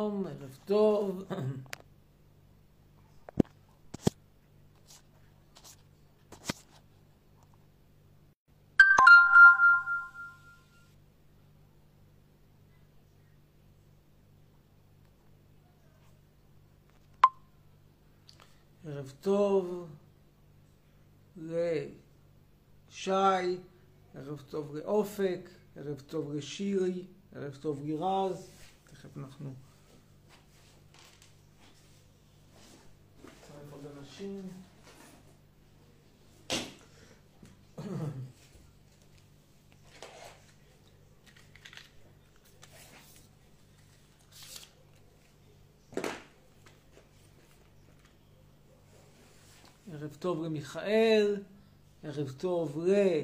שלום, ערב טוב. ערב טוב לשי, ערב טוב לאופק, ערב טוב לשירי, ערב טוב לירז. תכף אנחנו נצטרף עוד אנשים. ערב טוב למיכאל, ערב טוב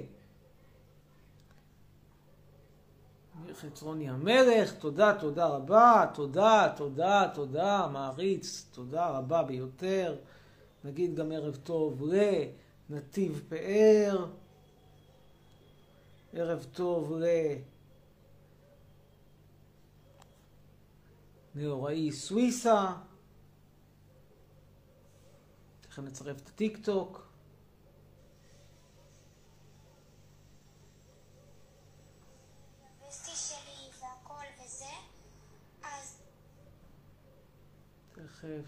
חצרוני המלך, תודה, תודה רבה, תודה, מעריץ, תודה רבה ביותר. נגיד גם ערב טוב לנתיב פאר, ערב טוב נאוראי סוויסה. תכף נצרף את הטיק טוק. תכף.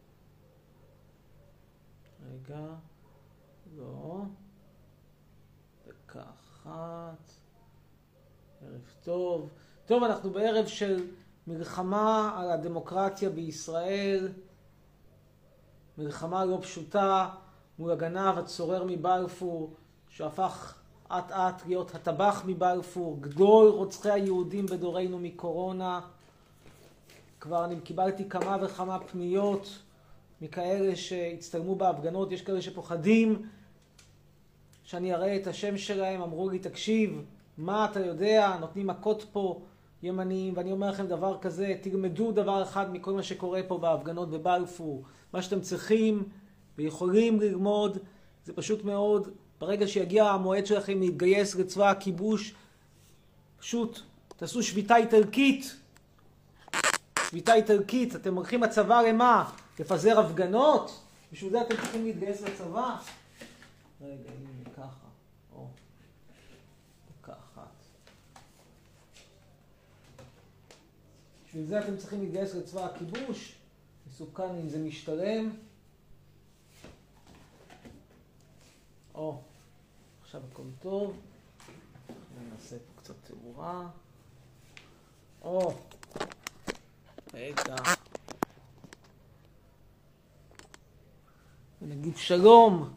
רגע. לא. דקה אחת. ערב טוב. טוב, אנחנו בערב של מלחמה על הדמוקרטיה בישראל. מלחמה לא פשוטה מול הגנב הצורר מבלפור, שהפך עט עט להיות הטבח מבלפור, גדול רוצחי היהודים בדורנו מקורונה. כבר אני קיבלתי כמה וכמה פניות מכאלה שהצטלמו בהפגנות. יש כאלה שפוחדים שאני אראה את השם שלהם. אמרו לי, תקשיב, מה אתה יודע? נותנים מכות פה ימניים. ואני אומר לכם דבר כזה, תלמדו דבר אחד מכל מה שקורה פה בהפגנות בבלפור. מה שאתם צריכים ויכולים ללמוד זה פשוט מאוד, ברגע שיגיע המועד שלכם להתגייס לצבא הכיבוש, פשוט תעשו שביתה איטלקית. שביתה איטלקית. אתם הולכים לצבא למה? לפזר הפגנות? בשביל זה אתם צריכים להתגייס לצבא? רגע, הנה ככה. או, דקה אחת. בשביל זה אתם צריכים להתגייס לצבא הכיבוש? מסוכן אם זה משתלם. או, עכשיו הכל טוב. נעשה פה קצת תאורה. או, רגע. ונגיד שלום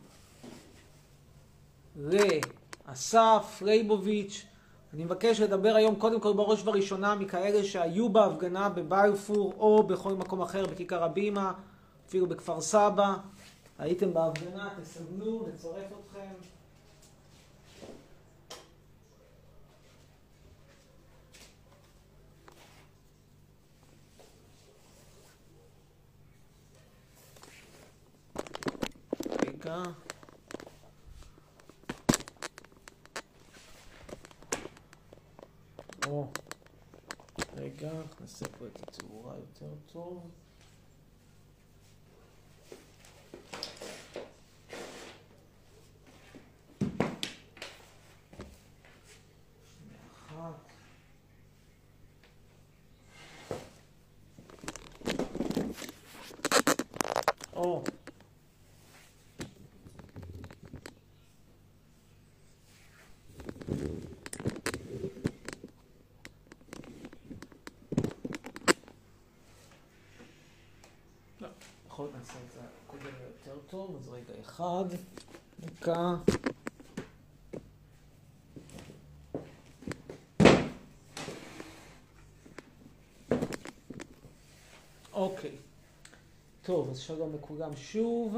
לאסף רייבוביץ'. אני מבקש לדבר היום קודם כל בראש ובראשונה מכאלה שהיו בהפגנה בבלפור או בכל מקום אחר, בכיכר הבימה, אפילו בכפר סבא. הייתם בהפגנה, תסגנו, נצרף אתכם. רגע. או, רגע, נעשה פה את התאורה יותר טוב. או. יכול נעשה את זה קודם יותר טוב, אז רגע אחד, דקה. אוקיי. טוב, אז שלום לכולם שוב.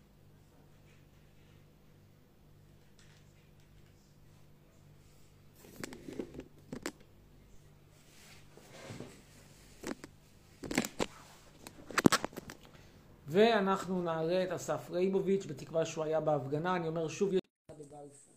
ואנחנו נעלה את אסף רייבוביץ' בתקווה שהוא היה בהפגנה. אני אומר שוב, יש בבלפור.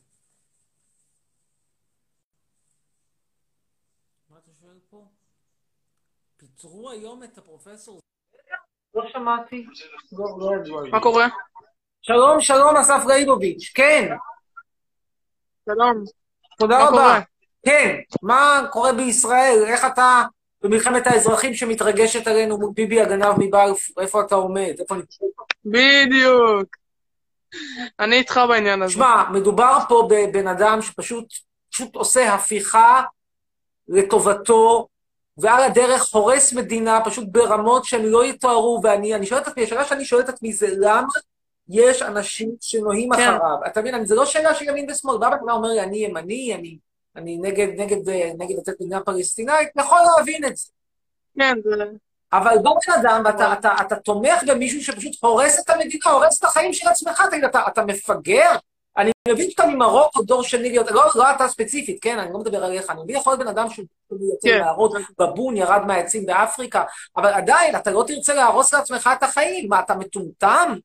מה אתה שואל פה? פיטרו היום את הפרופסור. לא שמעתי. מה קורה? שלום, שלום, אסף גייבוביץ'. כן, שלום. תודה מה רבה. קורה? כן, מה קורה בישראל? איך אתה במלחמת האזרחים שמתרגשת עלינו מול ביבי הגנב מבלפור? איפה אתה עומד? איפה נמצא? בדיוק. אני איתך בעניין הזה. שמע, מדובר פה בבן אדם שפשוט עושה הפיכה לטובתו, ועל הדרך הורס מדינה פשוט ברמות שהם לא יתוארו, ואני שואל את עצמי, השאלה שאני שואל את עצמי זה למה יש אנשים שנוהים כן, אחריו. אתה מבין, זה לא שאלה של ימין ושמאל, בא ואתה אומר לי, אני ימני, אני נגד לתת מדינה פלסטינאית, יכול להבין את זה. כן, זה... אבל בא בן אדם, ואתה תומך במישהו שפשוט הורס את המדינה, הורס את החיים של עצמך, תגיד, אתה מפגר? אני מבין שאתה ממרוקו דור שני להיות, לא אתה ספציפית, כן, אני לא מדבר עליך, אני מבין יכול להיות בן אדם שהוא יוצא כן, להרוג בבון, ירד מהעצים באפריקה, אבל עדיין, אתה לא תרצה להרוס לעצמך את החיים, מה, אתה מטומטם?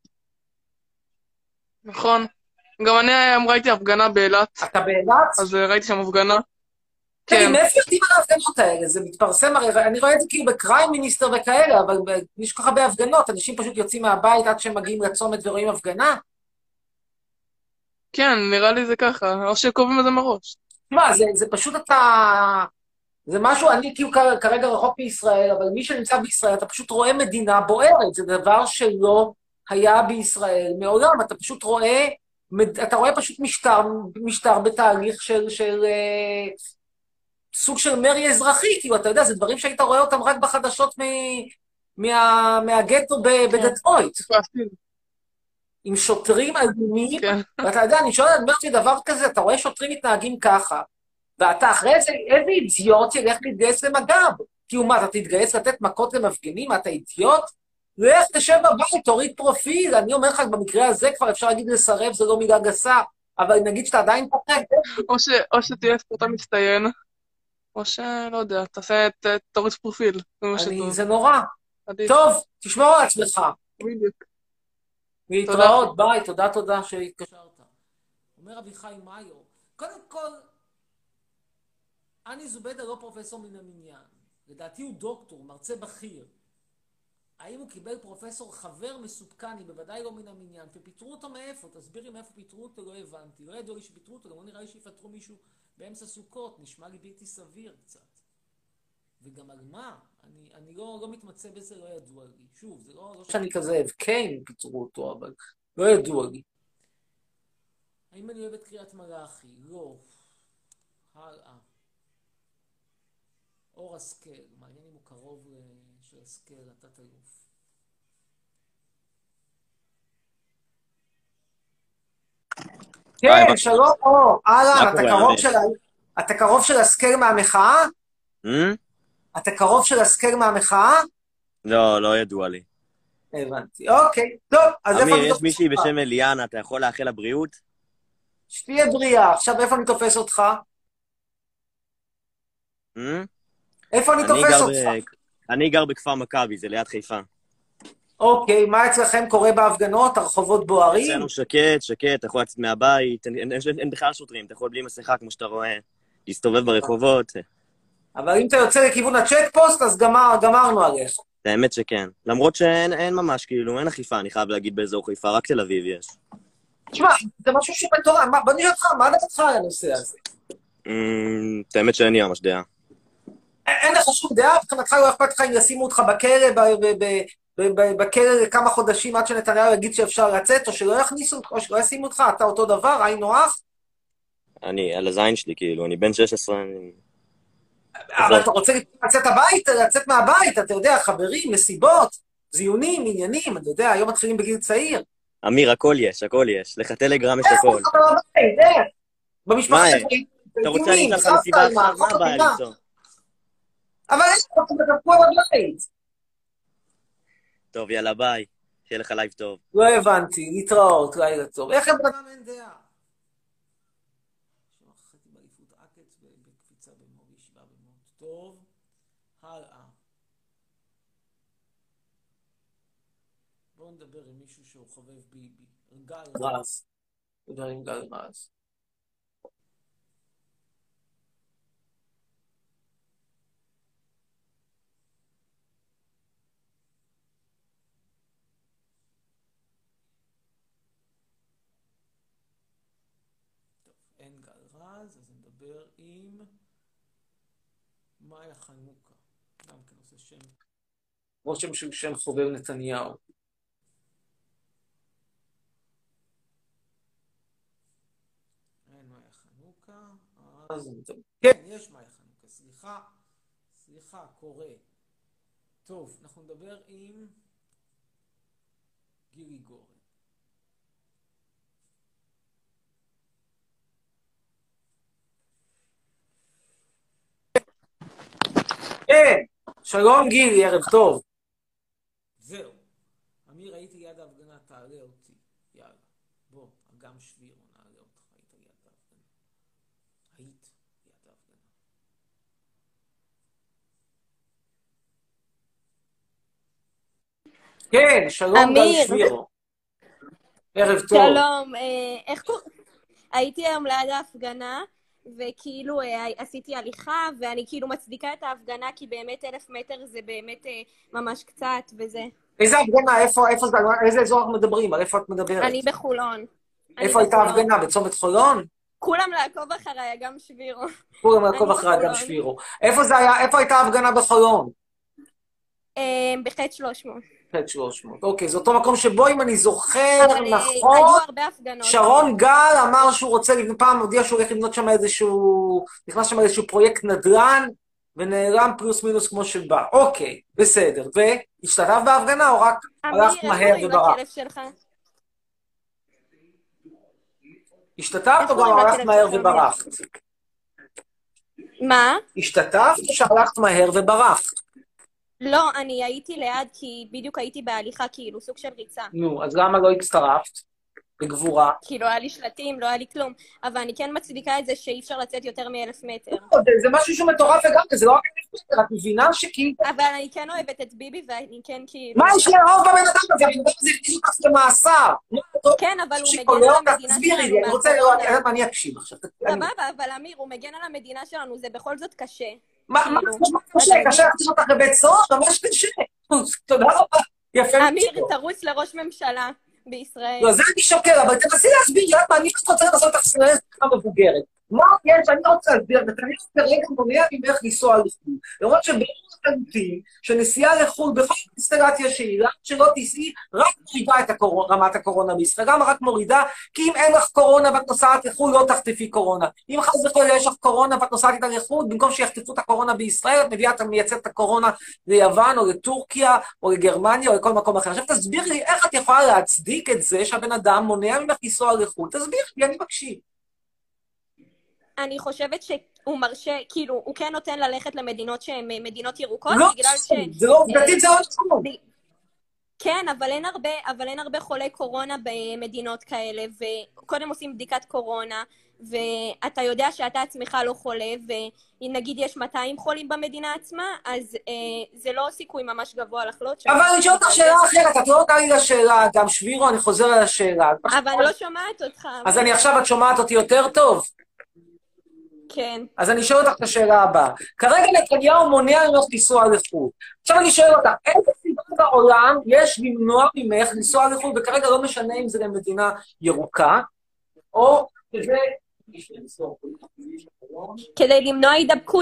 נכון. גם אני היום ראיתי הפגנה באילת, אתה באילת? אז ראיתי שם הפגנה. תגיד, כן, מאיפה יודעים על ההפגנות האלה? זה מתפרסם, הרי אני רואה את זה כאילו בקריים מיניסטר וכאלה, אבל יש כל כך הרבה הפגנות, אנשים פשוט יוצאים מהבית עד שהם מגיעים לצומת ורואים הפגנה. כן, נראה לי זה ככה, או שקובעים את זה מראש. תשמע, זה פשוט זה משהו, אני כאילו כרגע רחוק בישראל, אבל מי שנמצא בישראל, אתה פשוט רואה מדינה בוערת, זה דבר שלא היה בישראל מעולם, אתה פשוט רואה, אתה רואה פשוט משטר בתהליך של סוג של מרי אזרחי, כאילו, אתה יודע, זה דברים שהיית רואה אותם רק בחדשות מהגטו כן, בדטרויט, כועסים. עם שוטרים אלימים, כן, ואתה יודע, אני שואל, אני אומר לי דבר כזה, אתה רואה שוטרים מתנהגים ככה, ואתה אחרי זה, איזה אידיוט ילך להתגייס למג"ב? כאילו מה, אתה תתגייס לתת מכות למפגינים? אתה אידיוט? לך תשב בבית, תוריד פרופיל. אני אומר לך, במקרה הזה כבר אפשר להגיד לסרב, זה לא מילה גסה, אבל נגיד שאתה עדיין פותח. או שתהיה ספורטאי מצטיין, או שלא יודע, תוריד פרופיל, זה מה שטוב. זה נורא. עדיף, טוב, תשמור על עצמך. בדיוק. תודה. להתראות, ביי, תודה שהתקשרת. אומר אביחי מאיו, קודם כל, אני זובדה לא פרופסור מן המניין. לדעתי הוא דוקטור, מרצה בכיר. האם הוא קיבל פרופסור חבר מסופקני, בוודאי לא מן המניין, ופיטרו אותו מאיפה? תסבירי מאיפה פיטרו אותו, לא הבנתי. לא ידוע לי שפיטרו אותו, גם לא נראה לי שיפטרו מישהו באמצע סוכות, נשמע לי בלתי סביר קצת. וגם על מה? אני לא מתמצא בזה, לא ידוע לי. שוב, זה לא שאני כזה, כן, פיטרו אותו, אבל לא ידוע לי. האם אני אוהב את קריאת מלאכי? לא. הלאה. אור השכל, מעניין אם הוא קרוב של השכל, התת-אלוף. כן, שלום אור, אהלן, אתה קרוב של השכל מהמחאה? אתה קרוב של השכל מהמחאה? לא, לא ידוע לי. הבנתי, אוקיי, טוב, אז איפה אמיר, אני יש תופס מישהי אותך? בשם אליאנה, אתה יכול לאחל לה בריאות? שתהיה בריאה, עכשיו איפה אני תופס אותך? איפה אני תופס אותך? אני גר בכפר מכבי, זה ליד חיפה. אוקיי, מה אצלכם קורה בהפגנות? הרחובות בוערים? אצלנו שקט, אתה יכול לצאת מהבית, אין בכלל שוטרים, אתה יכול בלי מסכה, כמו שאתה רואה, להסתובב ברחובות. אבל אם אתה יוצא לכיוון הצ'ק פוסט, אז גמרנו עליך. האמת שכן. למרות שאין ממש, כאילו, אין אכיפה, אני חייב להגיד באזור חיפה, רק תל אביב יש. תשמע, זה משהו שמטורף, בוא נראה אותך, מה דעתך על הנושא הזה? האמת שאין לי ממש דעה. אין לך שום דעה, מבחינתך לא אכפת לך אם ישימו אותך בכלא לכמה חודשים עד שנתניהו יגיד שאפשר לצאת, או שלא יכניסו אותך, או שלא ישימו אותך, אתה אותו דבר, היינו הך? אני, על הזין שלי, כאילו, אני בן 16, אבל אתה רוצה לצאת מהבית, אתה יודע, חברים, מסיבות, זיונים, עניינים, אתה יודע, היום מתחילים בגיל צעיר. אמיר, הכל יש. לך טלגרם יש הכל. במשפחה שלך, אתה רוצה להגיד לך מסיבה אחת, מה הבעיה למצוא? אבל יש לך תדפקו על הבית. טוב, יאללה, ביי. שיהיה לך לייב טוב. לא הבנתי, להתראות, לילה טוב. איך לבן אדם אין דעה? אחרי באליפות עקץ בקפיצה במור, ישיבה במור. טוב, הלאה. בואו נדבר עם מישהו שהוא חובב ביבי. גל רז. נדבר עם גל רז. אז נדבר עם מאיה חנוכה. גם כן עושה שם. רושם של שם חובב נתניהו. אין מאיה חנוכה. אז נדבר. כן, יש מאיה חנוכה. סליחה, קורא. טוב, אנחנו נדבר עם גילי גורן. כן, שלום גילי, ערב טוב. זהו. אמיר, הייתי יד ההפגנה, תעלה אותי. יאללה. בוא, אגם שבירו, נעלה אותך. היית יד ההפגנה. היית יד ההפגנה. כן, שלום אגם שבירו. ערב טוב. שלום, הייתי היום ליד ההפגנה, וכאילו עשיתי הליכה, ואני כאילו מצדיקה את ההפגנה, כי באמת 1,000 מטר זה באמת ממש קצת, וזה. איזה הפגנה? איפה זה? איזה אזור אנחנו מדברים? על איפה את מדברת? אני בחולון. איפה הייתה ההפגנה? בצומת חולון? כולם לעקוב אחריי, גם שבירו. כולם לעקוב אחריי, גם שבירו. איפה זה היה? איפה הייתה ההפגנה בחולון? בחץ 300. חץ 300. אוקיי, זה אותו מקום שבו, אם אני זוכר נכון, היו הרבה הפגנות. שרון גל אמר שהוא רוצה, פעם הודיע שהוא הולך לבנות שם איזשהו, נכנס שם איזשהו פרויקט נדל"ן, ונעלם פלוס מינוס כמו שבא. אוקיי, בסדר. והשתתף בהפגנה או רק הלך מהר וברח? השתתף או גם הלך מהר וברח? מה? השתתף או שהלכת מהר וברח? לא, אני הייתי ליד כי בדיוק הייתי בהליכה, כאילו, סוג של ריצה. נו, אז למה לא הצטרפת? בגבורה. כי לא היה לי שלטים, לא היה לי כלום. אבל אני כן מצדיקה את זה שאי אפשר לצאת יותר מ1,000 מטר. זה משהו שהוא מטורף לגמרי, זה לא רק 1,000 מטר, את מבינה שכאילו... אבל אני כן אוהבת את ביבי, ואני כן כאילו... מה יש לאהוב בבן אדם הזה? הבן אדם הזה הכניס אותך למאסר. כן, אבל הוא מגן על המדינה שלנו. אני רוצה לראות, אני אקשיב עכשיו. סבבה, אבל אמיר, הוא מגן על המדינה שלנו, זה בכל זאת קשה. מה קשה? קשה להכניס אותך לבית סוהר? ממש קשה. תודה רבה. יפה. אמיר, תרוץ לראש ממשלה בישראל. לא, זה אני שוקל, אבל תנסי להסביר, אני רוצה לעשות לך סטרס מבוגרת. מה יש? אני רוצה להסביר, ותניח כרגע מונע ממך לנסוע לחו"ל. למרות שברור לחלוטין שנסיעה לחו"ל בכל קונסטלציה שהיא, שלא תיסעי, רק מורידה את רמת הקורונה בישראל, גם רק מורידה, כי אם אין לך קורונה ואת נוסעת לחו"ל, לא תחטפי קורונה. אם חס וחלילה יש לך קורונה ואת נוסעת איתה לחו"ל, במקום שיחטפו את הקורונה בישראל, את מביאה, מייצרת את הקורונה ליוון או לטורקיה או לגרמניה או לכל מקום אחר. עכשיו תסביר לי איך את יכולה להצדיק את זה שהבן אדם מונע ממך לנסוע לחו"ל. תסביר לי, אני מקשיב. אני חושבת שהוא מרשה, כאילו, הוא כן נותן ללכת למדינות שהן מדינות ירוקות, לא, בגלל זה לא, עובדתית זה לא נכון. כן, אבל אין הרבה חולי קורונה במדינות כאלה, וקודם עושים בדיקת קורונה, ואתה יודע שאתה עצמך לא חולה, ונגיד יש 200 חולים במדינה עצמה, אז זה לא סיכוי ממש גבוה לחלות שם. אבל אני שואל אותך שאלה אחרת, את לא עונה לי לשאלה, גם שבירו, אני חוזר על השאלה. אבל אני לא שומעת אותך. אז אני עכשיו, את שומעת אותי יותר טוב? כן. אז אני שואל אותך את השאלה הבאה. כרגע נתניהו מונע ממך לנסוע לחו"ל. עכשיו אני שואל אותך, איזה סיבה בעולם יש למנוע ממך לנסוע לחו"ל, וכרגע לא משנה אם זה למדינה ירוקה, או שזה... כדי למנוע הידבקות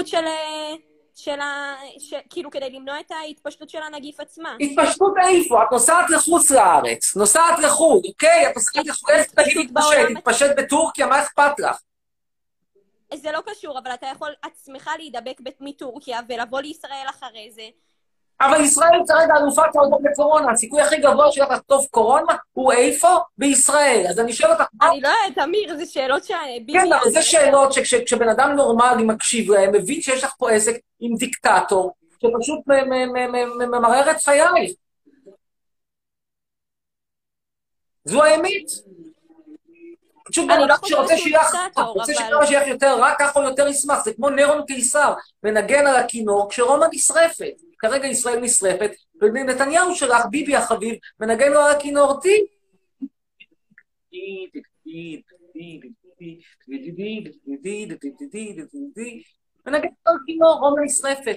כאילו כדי למנוע את ההתפשטות של הנגיף עצמה. התפשטות איפה? את נוסעת לחוץ לארץ, נוסעת לחו"ל, אוקיי? את נוסעת לחו"ל, איך תגיד להתפשט בטורקיה, מה אכפת לך? זה לא קשור, אבל אתה יכול עצמך להידבק מטורקיה ולבוא לישראל אחרי זה. אבל ישראל כרגע אלופת העולם בקורונה, הסיכוי הכי גבוה שלך לחטוף קורונה הוא איפה? בישראל. אז אני שואל אותך... אני לא יודעת, אמיר, זה שאלות כן, אבל זה שאלות שכשבן אדם נורמלי מקשיב להם, מבין שיש לך פה עסק עם דיקטטור, שפשוט ממרר את חייך. זו האמת. אני לא חושבת שהוא דיקטטור, אבל... רוצה שכמה שיח יותר רק ככה או יותר ישמח, זה כמו נרון קיסר, ונגן על הכינור כשרומא נשרפת. כרגע ישראל נשרפת, ונתניהו שלך, ביבי החביב, מנגן לו על הכינור, ונגן לו על הכינור, רומא נשרפת.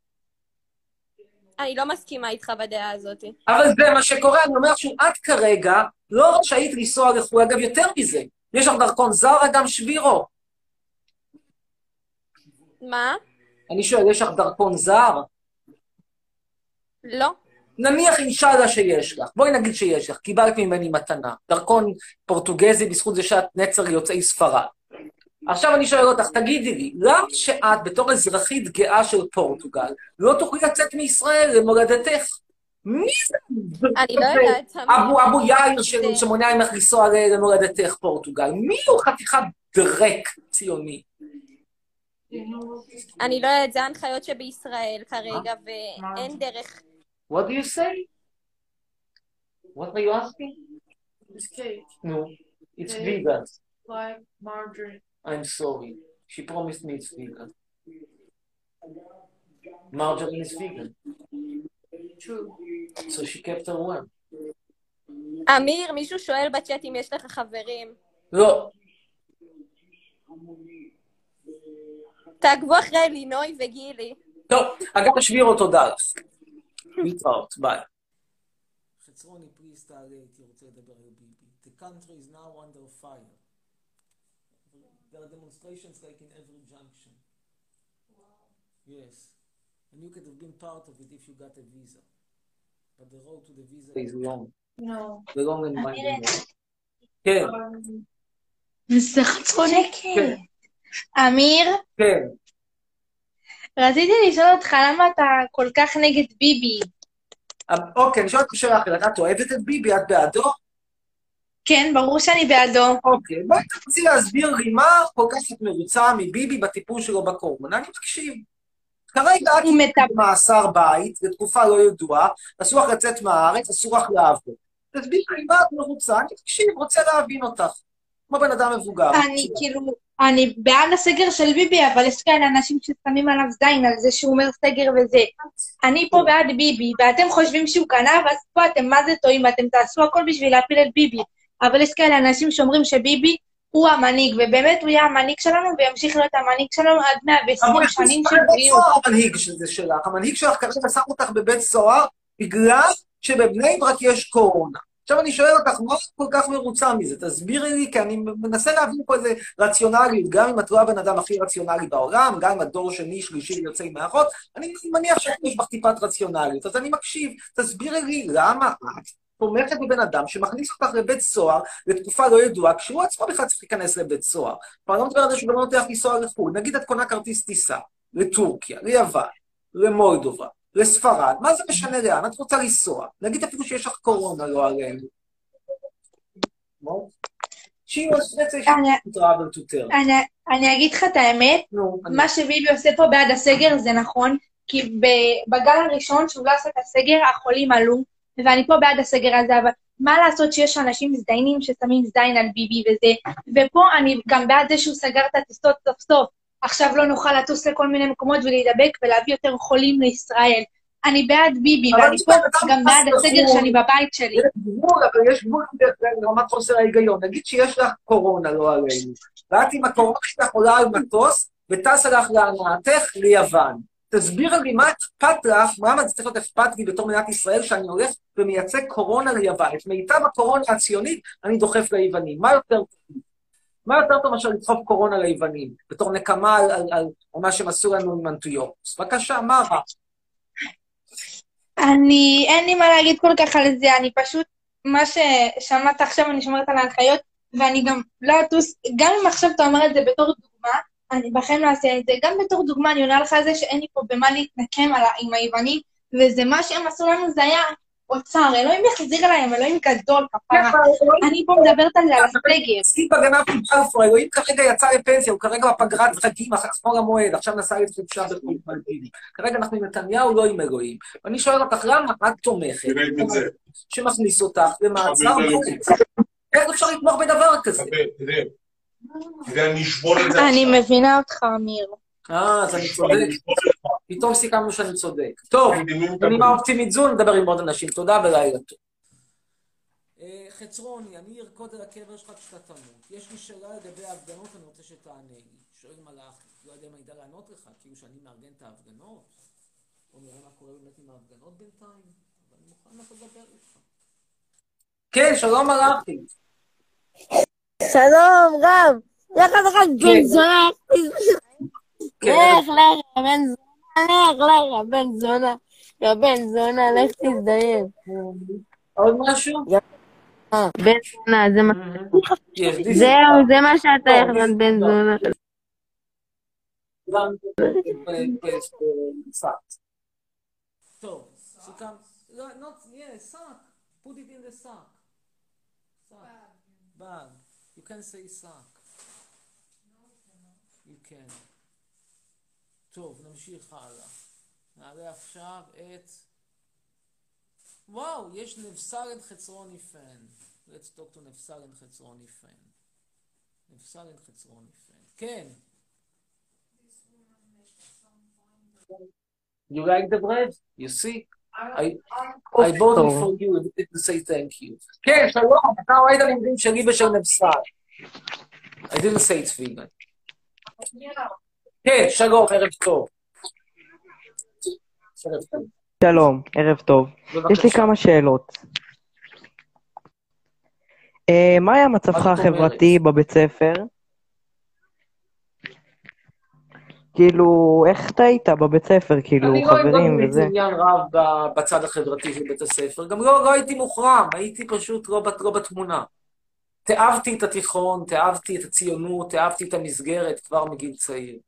אני לא מסכימה איתך בדעה הזאת. אבל זה מה שקורה, אני אומר שאת כרגע לא רשאית לנסוע לחו"ל, אגב יותר מזה. יש לך דרכון זר, גם שבירו. מה? אני שואל, יש לך דרכון זר? לא. נניח אינשאללה שיש לך, בואי נגיד שיש לך, קיבלת ממני מתנה, דרכון פורטוגזי בזכות זה שאת נצר יוצאי ספרד. עכשיו אני שואל אותך, תגידי לי, למה שאת בתור אזרחית גאה של פורטוגל לא תוכלי לצאת מישראל למולדתך? מי זה? אני לא יודעת. אבו יאיר שמונע ממך לנסוע למולדתך פורטוגל. מי הוא חתיכת דרק ציוני? אני לא יודעת, זה ההנחיות שבישראל כרגע, ואין דרך. What do you say? What are you asking? It's cake. No, it's Cake. vegan. Like margarine. I'm sorry. She promised me it's vegan. Margarine is vegan. True. So she kept her word. אמיר, מישהו שואל בצ'אט אם יש לך חברים. לא. תעקבו אחרי לינוי וגילי. טוב, אגב, שבירו, תודה לך. להתראות, ביי. חצרוני, פליז תעלה, הייתי רוצה לדבר על ביבי. The country is now under fire. There are demonstrations like in every junction. Yes. And you could have been part of it if you got a visa. But the road to the visa is long. No. The long and winding road. כן, זה חצרוני. כן, אמיר, כן. רציתי לשאול אותך למה אתה כל כך נגד ביבי. אוקיי, אני שואל אותך שאלה אחרת. את אוהבת את ביבי? את בעדו? כן, ברור שאני בעדו. אוקיי, בואי תרצי להסביר לי מה כל כך את מרוצה מביבי בטיפול שלו בקורונה. אני מקשיב. כרגע את הוא מטפל. במאסר בית, לתקופה לא ידועה, אסור לך לצאת מהארץ, אסור לך לעבוד. תסביר לי מה את מרוצה, אני מקשיב, רוצה להבין אותך. כמו בן אדם מבוגר. אני בעד הסגר של ביבי, אבל יש כאלה אנשים ששמים עליו זין על זה שהוא אומר סגר וזה. אני פה בעד ביבי, ואתם חושבים שהוא גנב, אז פה אתם מה זה טועים, ואתם תעשו הכל בשביל להפיל את ביבי. אבל יש כאלה אנשים שאומרים שביבי הוא המנהיג, ובאמת הוא יהיה המנהיג שלנו, וימשיך להיות המנהיג שלנו עד 120 שנים של בריאות. המנהיג שזה שלך, המנהיג שלך כרגע שם אותך בבית סוהר, בגלל שבבני ברק יש קורונה. עכשיו אני שואל אותך, מה את כל כך מרוצה מזה? תסבירי לי, כי אני מנסה להבין פה איזה רציונליות, גם אם את לא הבן אדם הכי רציונלי בעולם, גם אם הדור שני, שלישי יוצא מהאחות, אני מניח שיש בך טיפת רציונליות, אז אני מקשיב, תסבירי לי למה את תומכת בבן אדם שמכניס אותך לבית סוהר לתקופה לא ידועה, כשהוא עצמו בכלל צריך להיכנס לבית סוהר. אבל אני לא מדבר על זה שהוא גם לא נותן לך לנסוע לחו"ל. נגיד את קונה כרטיס טיסה לטורקיה, ליוון, למולדובה, לספרד, מה זה משנה לאן? את רוצה לנסוע. נגיד אפילו שיש לך קורונה, לא עלינו. אני אגיד לך את האמת, מה שביבי עושה פה בעד הסגר זה נכון, כי בגל הראשון שהוא לא עשה את הסגר, החולים עלו, ואני פה בעד הסגר הזה, אבל מה לעשות שיש אנשים מזדיינים ששמים זדיין על ביבי וזה, ופה אני גם בעד זה שהוא סגר את הטיסות סוף סוף, עכשיו לא נוכל לטוס לכל מיני מקומות ולהידבק ולהביא יותר חולים לישראל. אני בעד ביבי, ואני פה גם בעד הסגר שאני בבית שלי. יש גבול, אבל יש גבול לרמת חוסר ההיגיון. נגיד שיש לך קורונה, לא עלינו, ואת עם הקורונה שלך עולה על מטוס, וטסה לך להנאתך ליוון. תסביר לי מה אכפת לך, מה זה צריך להיות אכפת לי בתור מדינת ישראל, שאני הולך ומייצג קורונה ליוון. את מיטב הקורונה הציונית, אני דוחף ליוונים. מה יותר טוב? מה יותר טוב מאשר לדחוף קורונה ליוונים, בתור נקמה על מה שהם עשו לנו עם אנטיוכוס? בבקשה, מה רע? אין לי מה להגיד כל כך על זה, אני פשוט, מה ששמעת עכשיו אני שומרת על ההנחיות, ואני גם לא אטוס, גם אם עכשיו אתה אומר את זה בתור דוגמה, אני בכם לעשה את זה, גם בתור דוגמה אני עונה לך על זה שאין לי פה במה להתנקם עם היוונים, וזה מה שהם עשו לנו, זה היה אוצר, אלוהים יחזיר להם, אלוהים גדול, כפרה. אני פה מדברת על זה, על הסגר. סיפה גנב מבלפור, אלוהים כרגע יצא לפנסיה, הוא כרגע בפגרת חגים, אחר חול המועד, עכשיו נסע לחופשה בחול מלדיני. כרגע אנחנו עם נתניהו, לא עם אלוהים. ואני שואל אותך, למה את תומכת שמכניס אותך למעצר בית? איך אפשר לתמוך בדבר כזה? אני מבינה אותך, אמיר. אז אני צודק. פתאום סיכמנו שאני צודק. טוב, בנימה אופטימית זו, נדבר עם עוד אנשים. תודה ולילה טוב. חצרוני, אני ארקוד על הקבר שלך כשאתה תמות. יש לי שאלה לגבי ההפגנות, אני רוצה שתענה לי. שואל מלאכי, לא יודע אם אני יודע לענות לך, כאילו שאני מארגן את ההפגנות, או נראה מה קורה באמת עם ההפגנות בינתיים, אבל אני מוכן לך לדבר איתך. כן, שלום מלאכי. שלום, רב. איך אתה רק בן זונה? כן, לך, בן זונה, לך, בן זונה. יא בן זונה, לך תזדיין. עוד משהו? בן זונה, זה מה... Yes, this is זהו, זה מה שאתה טוב, החלטת, בן זונה. טוב, סיכם. לא, yes, sack. Put it in the sack. Sack. Bag. You can say sack. You can. טוב, נמשיך הלאה. נעלה עכשיו את... וואו, יש נבסלן חצרוני פן. Let's talk to נבסלן חצרוני פן. נבסלן חצרוני פן. כן. You like the bread? You see? I bought it for you and didn't say thank you. כן, שלום, אתה ראית לימודים שלי ושל נבסל. I didn't say it's vegan. כן, שלום, ערב טוב. ערב טוב. שלום, ערב טוב. יש לי כמה שאלות. מה היה מצבך החברתי בבית ספר? כאילו, איך אתה היית בבית ספר? כאילו, חברים וזה? אני לא עניין רב בצד החברתי של בית הספר. גם לא הייתי מוחרם, הייתי פשוט לא בתמונה. תאהבתי את התיכון, תאהבתי את הציונות, תאהבתי את המסגרת כבר מגיל צעיר.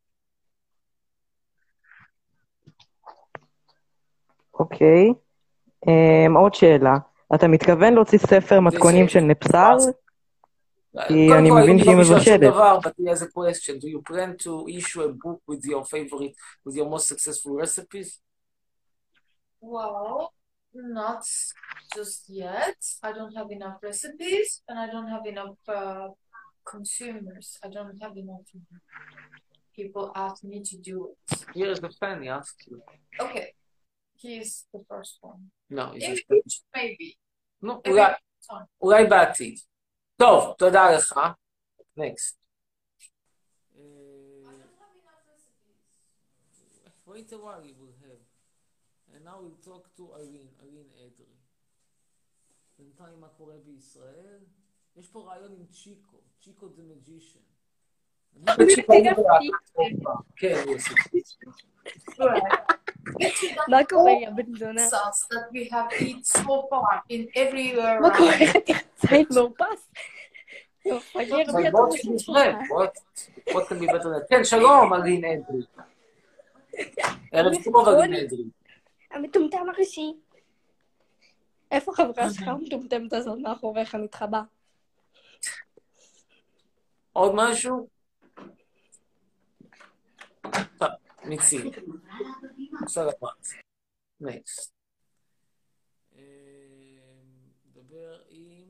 אוקיי. עוד שאלה. אתה מתכוון להוציא ספר מתכונים של נבסל? כי אני מבין שהיא מבשלת. But he has a question. Do you plan to issue a book with your favorite, with your most successful recipes? Well, not just yet. I don't have enough recipes and I don't have enough consumers. I don't have enough people ask me to do it. Here's the fan, he asked you. Okay. He's the first one. No, In maybe. No, אולי בעתיד. טוב, תודה לך. Next. Wait a while you will have. And now we'll talk to Irene אדרי. בינתיים מה קורה בישראל? יש פה רעיון עם צ'יקו the magician. כן, מה קורה, יא בן זונה? That we have eat so far in everywhere. מה קורה? חתיכת מאופס? What can be better than... כן, שלום, אלין אדרי. ערב טוב, אלין אדרי. המטומטם הראשי. איפה חברה שלך המטומטמת הזאת מאחוריך מתחבא? עוד משהו? טוב, מיצי. עכשיו הפרט. Next. דבר עם...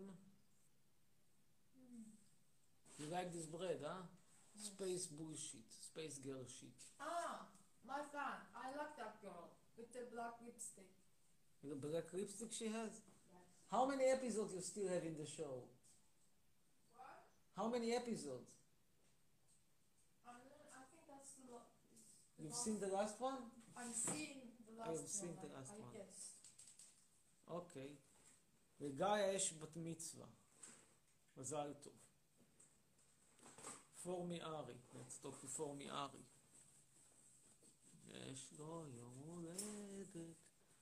You like this bread, huh? Space bullshit. Space girl shit. My fan. I like that girl with the black lipstick. The black lipstick she has? Yes. How many episodes you still have in the show? What? How many episodes? I think that's the last. You've seen the last one? I'm seeing the last one. You've seen the last one. Yes. Okay. לגיא יש בת מצווה. מזל טוב. פורמי ארי. Let's talk to פורמי ארי. יש לו יום הולדת.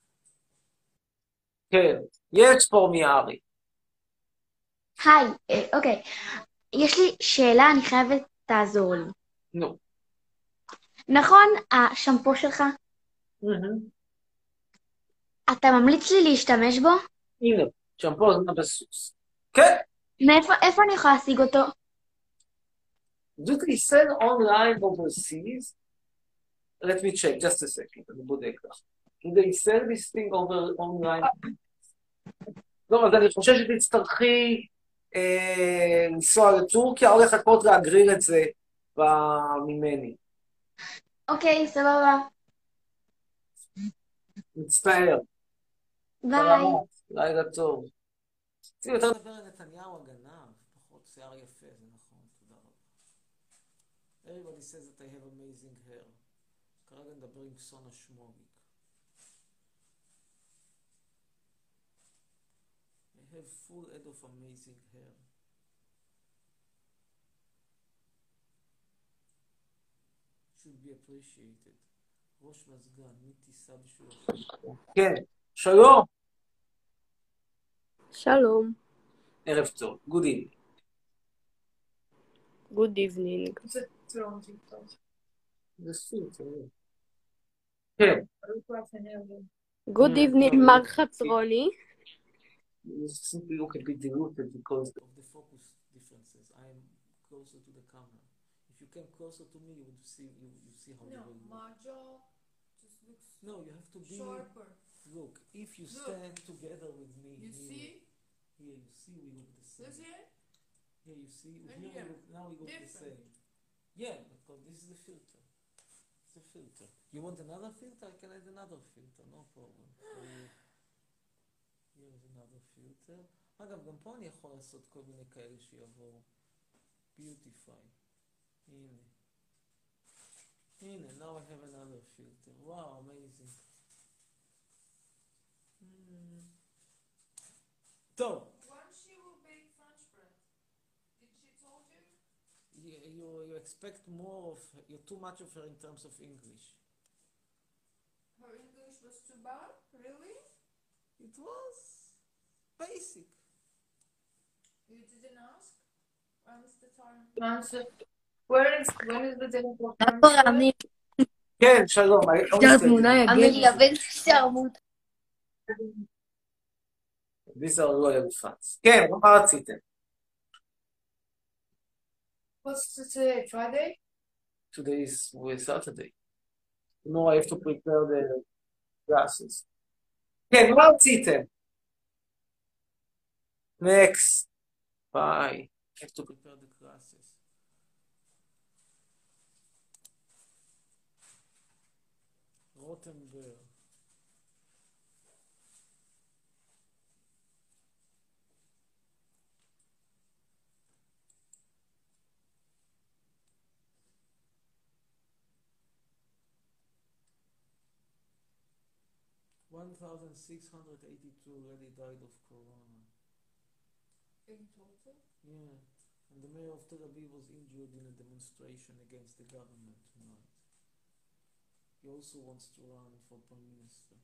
כן, יש פורמי ארי. היי, אוקיי. יש לי שאלה, אני חייבת תעזור לי. נו. נכון, השמפו שלך? אתה ממליץ לי להשתמש בו? הנה, שמפו זמן בסוס. כן. איפה אני יכולה להשיג אותו? Do they sell online overseas? Let me check, just a second, אני בודק לך. Do they sell this thing online? לא, אז אני חושב שתצטרכי לנסוע לטורקיה, או לחכות להגריל את זה ממני. אוקיי, סבבה. מצטער. ביי. לילה טוב. רציתי יותר לדבר על נתניהו הגנב, פחות שיער יפה, זה נכון, תודה רבה. Everybody says that I have amazing hair. כרגע נדבר עם סונה שמוגיק. I have full head of amazing hair. should be appreciated. ראש מזגן, מי תיסע בשבילך? כן, שלום. שלום. ערב טוב, good evening. Good evening. זה פילטר. כן. Good evening, מר חצרוני. You simply look a bit diluted because of the focus differences. I am closer to the camera. If you came closer to me, you would see how you will look. My jaw just looks No, you have to be. sharper. Look, if you stand together with me, You see? here you see we look the same. This here? Here you see. And Here here. now we look the Different. same. Yeah, because this is the filter. It's a filter. You want another filter? I can add another filter, no problem. Here is another filter. אגב, גם פה אני יכול לעשות כל מיני כאלה שיבואו. Beautify. הנה. הנה, now I have another filter. Wow, amazing. טוב. When she will bake French bread? Did she told you? You expect more of, you're too much of her in terms of English. Her English was too bad? Really? It was basic. You didn't ask? When's the time? When is the day for French bread? כן, שלום. These are royal fans. כן, מה רציתם? What's today? Friday? Today is Saturday. Tomorrow I have to prepare the glasses. כן, מה רציתם? Next. Bye. I have to prepare the glasses. רוטנברג. $1,682 already died of corona. In total? Yeah. And the mayor of Tel Aviv was injured in a demonstration against the government tonight. He also wants to run for prime minister.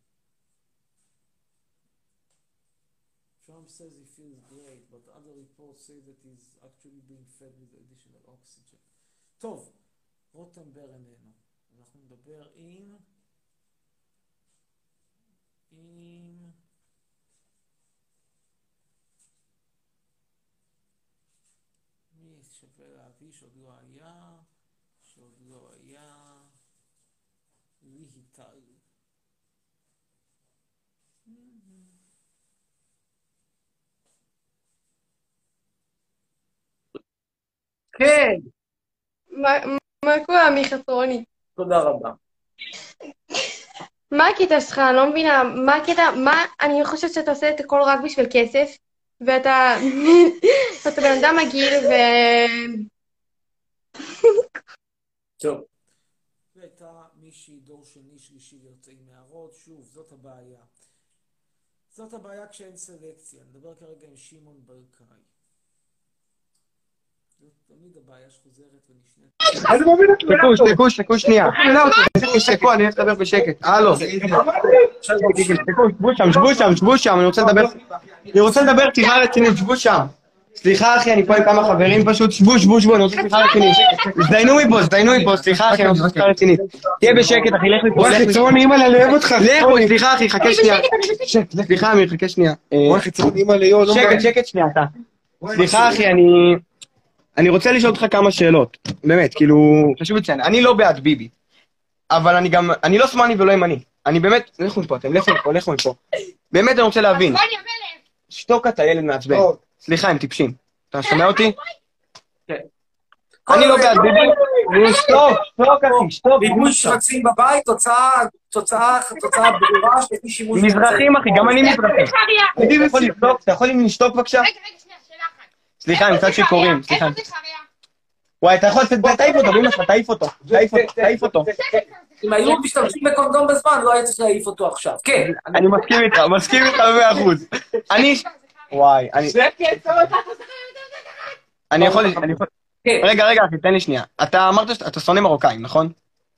Trump says he feels great, but other reports say that he's actually being fed with additional oxygen. טוב, רוטנברג איננו. אנחנו נדבר עם מי שווה להביא שעוד לא היה, ליהיטל. כן. מה קורה, מחצרוני? תודה רבה. מה הקטע שלך? אני לא מבינה. מה הקטע? אני חושבת שאתה עושה את הכל רק בשביל כסף, ואתה בן אדם מגעיל טוב. והייתה מישהי דור שני שלישי יוצאי מערות. שוב, זאת הבעיה. זאת הבעיה כשאין סלקציה. נדבר כרגע עם שמעון ברקאי. זאת תמיד הבעיה שחוזרת ונשנית. תקו שנייה. תקו, אני הולך לדבר בשקט. הלו. שבו שם, אני רוצה לדבר שיחה רצינית, שבו שם. סליחה אחי, אני פה עם כמה חברים פשוט, שבו, אני רוצה שיחה רצינית. הזדיינו מפה, סליחה אחי, אני רוצה שיחה רצינית. תהיה בשקט אחי, לך מפה. וואי חצרון, אימא לה, לא אוהב אותך. סליחה אחי, חכה שנייה. סליחה אמיר, חכה שנייה. וואי חצרון, אימא ליו, לא מבין. שקט שנייה אתה. סליחה אחי, אני רוצה לשאול אותך כמה שאלות. באמת, כאילו, חשוב לציין, אני לא בעד ביבי. אבל אני לא שמאלני ולא ימני. אני באמת, לכו מפה, לכו מפה. באמת אני רוצה להבין. שתוק אתה ילד מעצבן. סליחה, הם טיפשים. אתה שומע אותי? אני לא בעד ביבי. שתוק אחי, שתוק. ריבוי שרצים בבית, תוצאה ברורה שתהיה שימוש... מזרחים אחי, גם אני מזרחי. אתה יכול לשתוק בבקשה? סליחה, הם קצת שיכורים, סליחה. וואי, אתה יכול תעיף אותו, אמא שלך, תעיף אותו. אם היו משתמשים בקונדום בזמן, לא היה צריך להעיף אותו עכשיו. כן. אני מסכים איתך ב100%. וואי, אני יכול... רגע, תן לי שנייה. אתה אמרת שאתה שונא מרוקאים, נכון?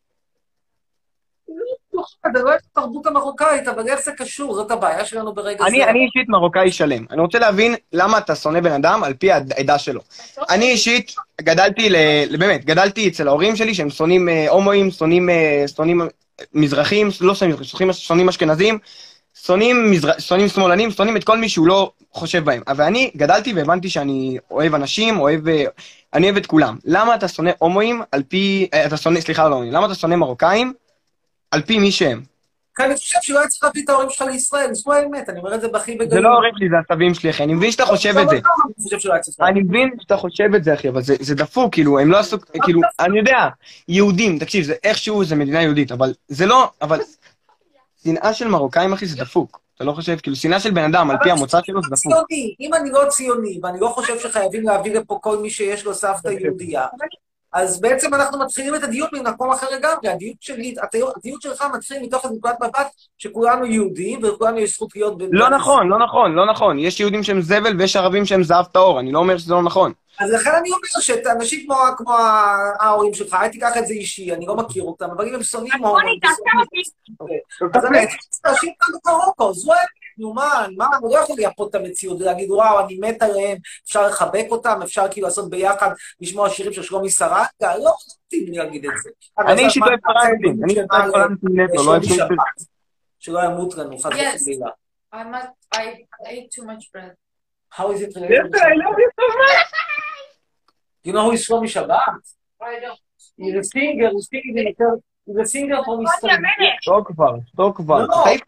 זה לא את התרבות המרוקאית, אבל איך זה קשור? זאת הבעיה שלנו ברגע זה. אני אישית מרוקאי שלם. אני רוצה להבין למה אתה שונא בן אדם על פי העדה שלו. אני אישית באמת, גדלתי אצל ההורים שלי שהם שונאים הומואים, שונאים מזרחים, לא שונאים מזרחים, שונאים אשכנזים, שונאים שמאלנים, שונאים את כל מי שהוא לא חושב בהם. אבל אני גדלתי והבנתי שאני אוהב אנשים, אני אוהב את כולם. למה אתה שונא הומואים על פי, למה אתה שונא מרוקאים על פי מי שהם? כי אני חושב שלא היה צריך להביא את ההורים שלך לישראל, זו האמת, אני אומר את זה בכי בגלל. זה לא ההורים שלי, זה הסבים שלי, אחי, אני מבין שאתה חושב את זה. אני מבין שאתה חושב את זה, אחי, אבל זה דפוק, כאילו, הם לא עשו, כאילו, אני יודע, יהודים, תקשיב, זה איכשהו, זה מדינה יהודית, אבל זה לא, אבל שנאה של מרוקאים, אחי, זה דפוק. אתה לא חושב, כאילו, שנאה של בן אדם, על פי המוצא שלו, זה דפוק. אם אני לא ציוני, ואני לא חושב שחייבים להביא לפה כל מי שיש לו סבתא יהודייה, אז בעצם אנחנו מתחילים את הדיון ממקום אחר לגמרי. הדיון שלך מתחיל מתוך נקודת מבט שכולנו יהודים, וכולנו יש זכות להיות... לא נכון. יש יהודים שהם זבל ויש ערבים שהם זהב טהור, אני לא אומר שזה לא נכון. אז לכן אני אומר שאנשים כמו ההורים שלך, הייתי קח את זה אישי, אני לא מכיר אותם, אבל אם הם שונאים הורים... אז אני הייתי להשאיר אותם במרוקו, זו נו מה, אני לא יכול לייפות את המציאות, ולהגיד, וואו, אני מת עליהם, אפשר לחבק אותם, אפשר כאילו לעשות ביחד, לשמוע שירים של שלומי סרנגה, לא רוצים לי להגיד את זה. אני אישית אוהב פרנטים, אני אוהב פרנטים נטו, לא אוהב שום דבר. שלא ימות לנו, חד וחלילה. I ate too much bread. How is it related? Yes, I love you so much! You know who is Shlomi Shabbat? I don't. He's a singer, he's a singer from Israel. שתוק כבר.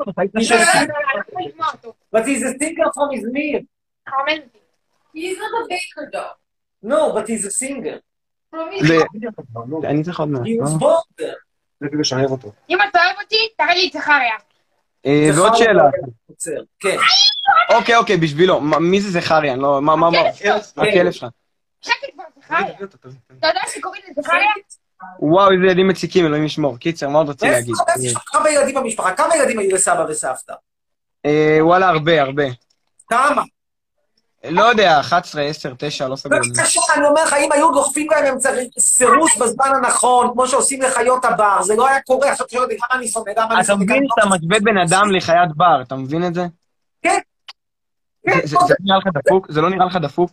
But he's a singer from Izmir. He's not a baker though. No, but he's a singer. From Israel. אני צריך עוד מעט. He was born there. זה כדי שאני אוהב אותו. אם אתה אוהב אותי, תראה לי את זכריה. ועוד שאלה. כן. אוקיי, בשבילו. מי זה זכריה? מה? הכלב שלך. שקט כבר, זכריה. אתה יודע שקוראים לזכריה? וואו, איזה ילדים מציקים, אלוהים ישמור. קיצר, מה עוד רוצה להגיד? כמה ילדים במשפחה? כמה ילדים היו לסבא וסבתא? וואלה, הרבה. כמה? לא יודע, 11, 10, 9, לא סגור. בבקשה, אני אומר לך, אם היו דוחפים להם אמצע סירוס בזמן הנכון, כמו שעושים לחיות הבר, זה לא היה קורה. עכשיו תשאל אותי, כמה אני שונא, אתה מבין שאתה משווה בן אדם לחיית בר, אתה מבין את זה? כן. זה נראה לך דפוק? זה לא נראה לך דפוק?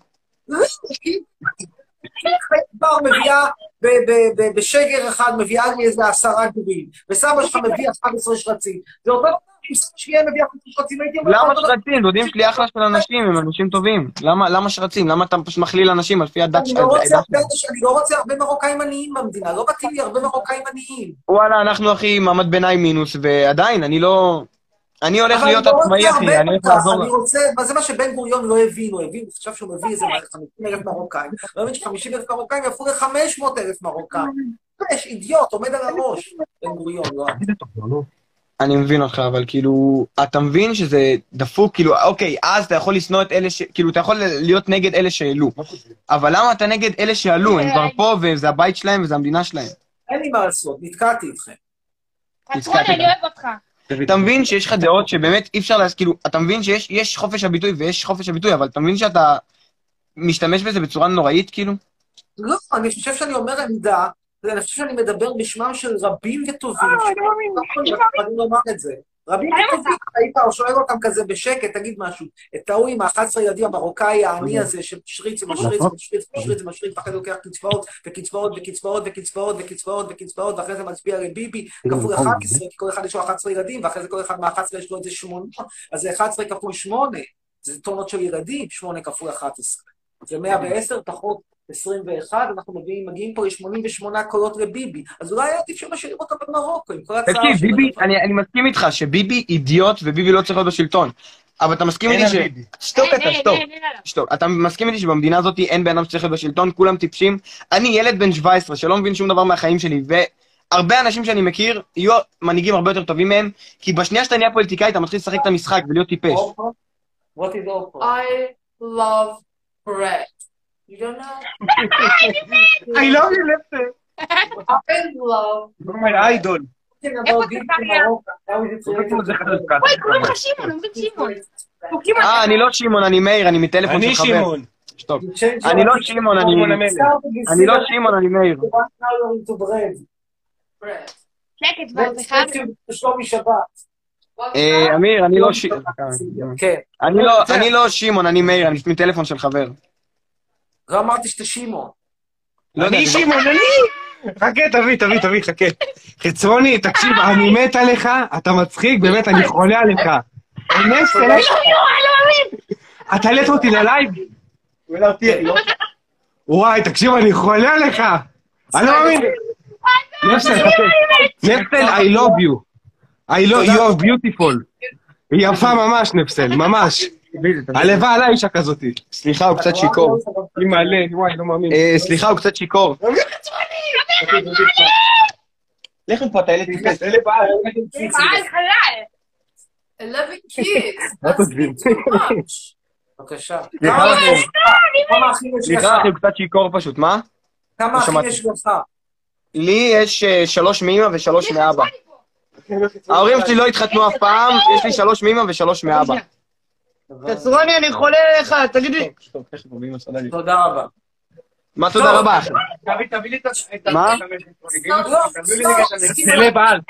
חיית בר מביאה, בשגר אחד מביאה לי איזה 10 גורים, וסבא שלך מביא 11 שרצים. זה אותו דבר, אם סבא שלי מביא 11 שרצים, הייתי אומר... למה שרצים? דודים שלי אחלה של אנשים, הם אנשים טובים. למה שרצים? למה אתה פשוט מכליל אנשים על פי הדת שלך? אני לא רוצה הרבה מרוקאים עניים במדינה, לא מתאים לי הרבה מרוקאים עניים. וואלה, אנחנו אחי מעמד ביניים מינוס, ועדיין, אני הולך להיות עצמאי, אחי, אני הולך לעזור לך. מה זה מה שבן גוריון לא הבין, הוא חשב שהוא מביא איזה 50,000 מרוקאים, לא מבין ש50,000 מרוקאים יפו ל500,000 מרוקאים. יש אידיוט, עומד על הראש, בן גוריון, לא. אני מבין אותך, אבל כאילו, אתה מבין שזה דפוק, כאילו, אוקיי, אז אתה יכול לשנוא את אלה כאילו, אתה יכול להיות נגד אלה שעלו. אבל למה אתה נגד אלה שעלו? הם כבר פה, וזה הבית שלהם, וזה המדינה שלהם. אין לי מה לעשות, נתקעתי איתכם. אני אוהב אותך. אתה מבין שיש לך דעות שבאמת אי אפשר כאילו, אתה מבין שיש חופש הביטוי ויש חופש הביטוי, אבל אתה מבין שאתה משתמש בזה בצורה נוראית, כאילו? לא, אני חושב שאני אומר עמדה, ואני חושב שאני מדבר בשמם של רבים וטובים. אני לא אומר את זה. רבים וטובים, היית שואל אותם כזה בשקט, תגיד משהו. את ההוא עם ה-11 ילדים המרוקאי העני הזה, שמשריץ ומשריץ ומשריץ ומשריץ ומשריץ, ואחרי זה לוקח קצבאות וקצבאות וקצבאות וקצבאות וקצבאות וקצבאות, ואחרי זה מצביע לביבי, כפול 11, כי כל אחד יש לו 11 ילדים, ואחרי זה כל אחד מה-11 יש לו איזה 8, אז זה 11 כפול 8, זה טונות של ילדים, 8 כפול 11. זה 110 פחות 21, אנחנו מגיעים פה ל-88 קולות לביבי, אז אולי היה עדיף שמשאירים אותו במרוקו, עם כל הצעה... תקשיב, ביבי, אני מסכים איתך שביבי אידיוט וביבי לא צריך להיות בשלטון, אבל אתה מסכים איתי שטוב, אתה מסכים איתי שבמדינה הזאת אין בן אדם שצריך להיות בשלטון, כולם טיפשים, אני ילד בן 17 שלא מבין שום דבר מהחיים שלי, והרבה אנשים שאני מכיר יהיו מנהיגים הרבה יותר טובים מהם, כי בשנייה שאתה נהיה פוליטיקאי אתה מתחיל לשחק את המשחק ולהיות טיפש. I love bread. You don't know? I love you, Lefty. I love. You're my idol. וואי, קוראים לך שמעון, אומרים שמעון. אני לא שמעון, אני מאיר, אני מטלפון של חבר. אני שמעון. שטוב. אני לא שמעון, אני לא שמעון, אני מאיר. שקט כבר, זה חייב... שלומי שבת. אמיר, אני לא כן. אני לא שמעון, אני מאיר, אני מטלפון של חבר. לא אמרתי שאתה שמעון. אני שמעון, חכה, תביא, חכה. חצרוני, תקשיב, אני מת עליך, אתה מצחיק, באמת, אני חולה עליך. נפסל, אתה העלית אותי ללייב? וואי, תקשיב, אני חולה עליך. אני לא מאמין. נפסל, I love you. you are beautiful. היא יפה ממש, נפסל, ממש. הלווה עליי אישה כזאתי. סליחה, הוא קצת שיקור. היא מלא, וואי, לא מאמין. סליחה, הוא קצת שיקור. לך מפה, אתה ילד טיפס. I love it, kids. מה תושבים? בבקשה. סליחה, אחי, הוא קצת שיקור פשוט, מה? כמה אחים יש לך? לי יש 3 מאמא ו3 מאבא. ההורים שלי לא התחתנו אף פעם, יש לי 3 מאמא ו3 מאבא. חצרוני, אני חולה עליך, תגיד לי. תודה רבה. מה תודה רבה, אחי? תביא לי את מה? תלה בעל,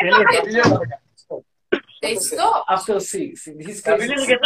They stop. After 6. In his case...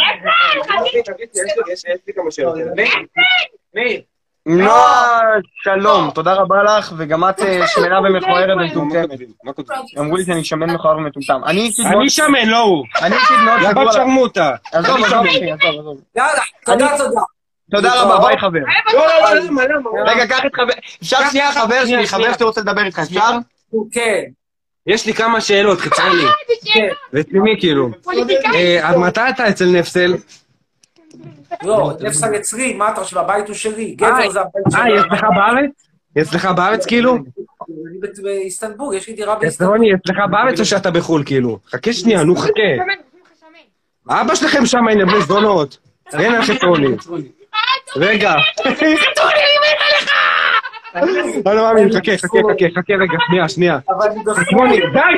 יש לי כמה שאלות. מאיר. נועה, שלום, תודה רבה לך, וגם את שמנה ומכוערת ומטומטמת. אמרו לי שאני שמן מכוער ומטומטם. אני שמן, לא הוא. אני אישית מאוד יא בת שרמוטה. עזוב. יאללה, תודה. תודה רבה, ביי חבר. למה? רגע, קח את חבר... אפשר שנייה חבר שלי, חבר שאתה רוצה לדבר איתך, אפשר? כן. יש לי כמה שאלות, חצרוני. רציני כאילו. עד מתי אתה אצל נפסל? לא, נפסל אצלי, מה אתה חושב, הבית הוא שלי, גבר זה הבית שלי. יש לך בארץ? יש לך בארץ כאילו? אני באיסטנבול, יש לי דירה באיסטנבול. חצרוני, יש לך בארץ או שאתה בחול כאילו? חכה שנייה, נו חכה. אבא שלכם שם אין בני זונות. אין חצרוני. רגע. חצרוני, אני מת עליך! אני לא מאמין, חכה רגע, שנייה. חצרוני, די,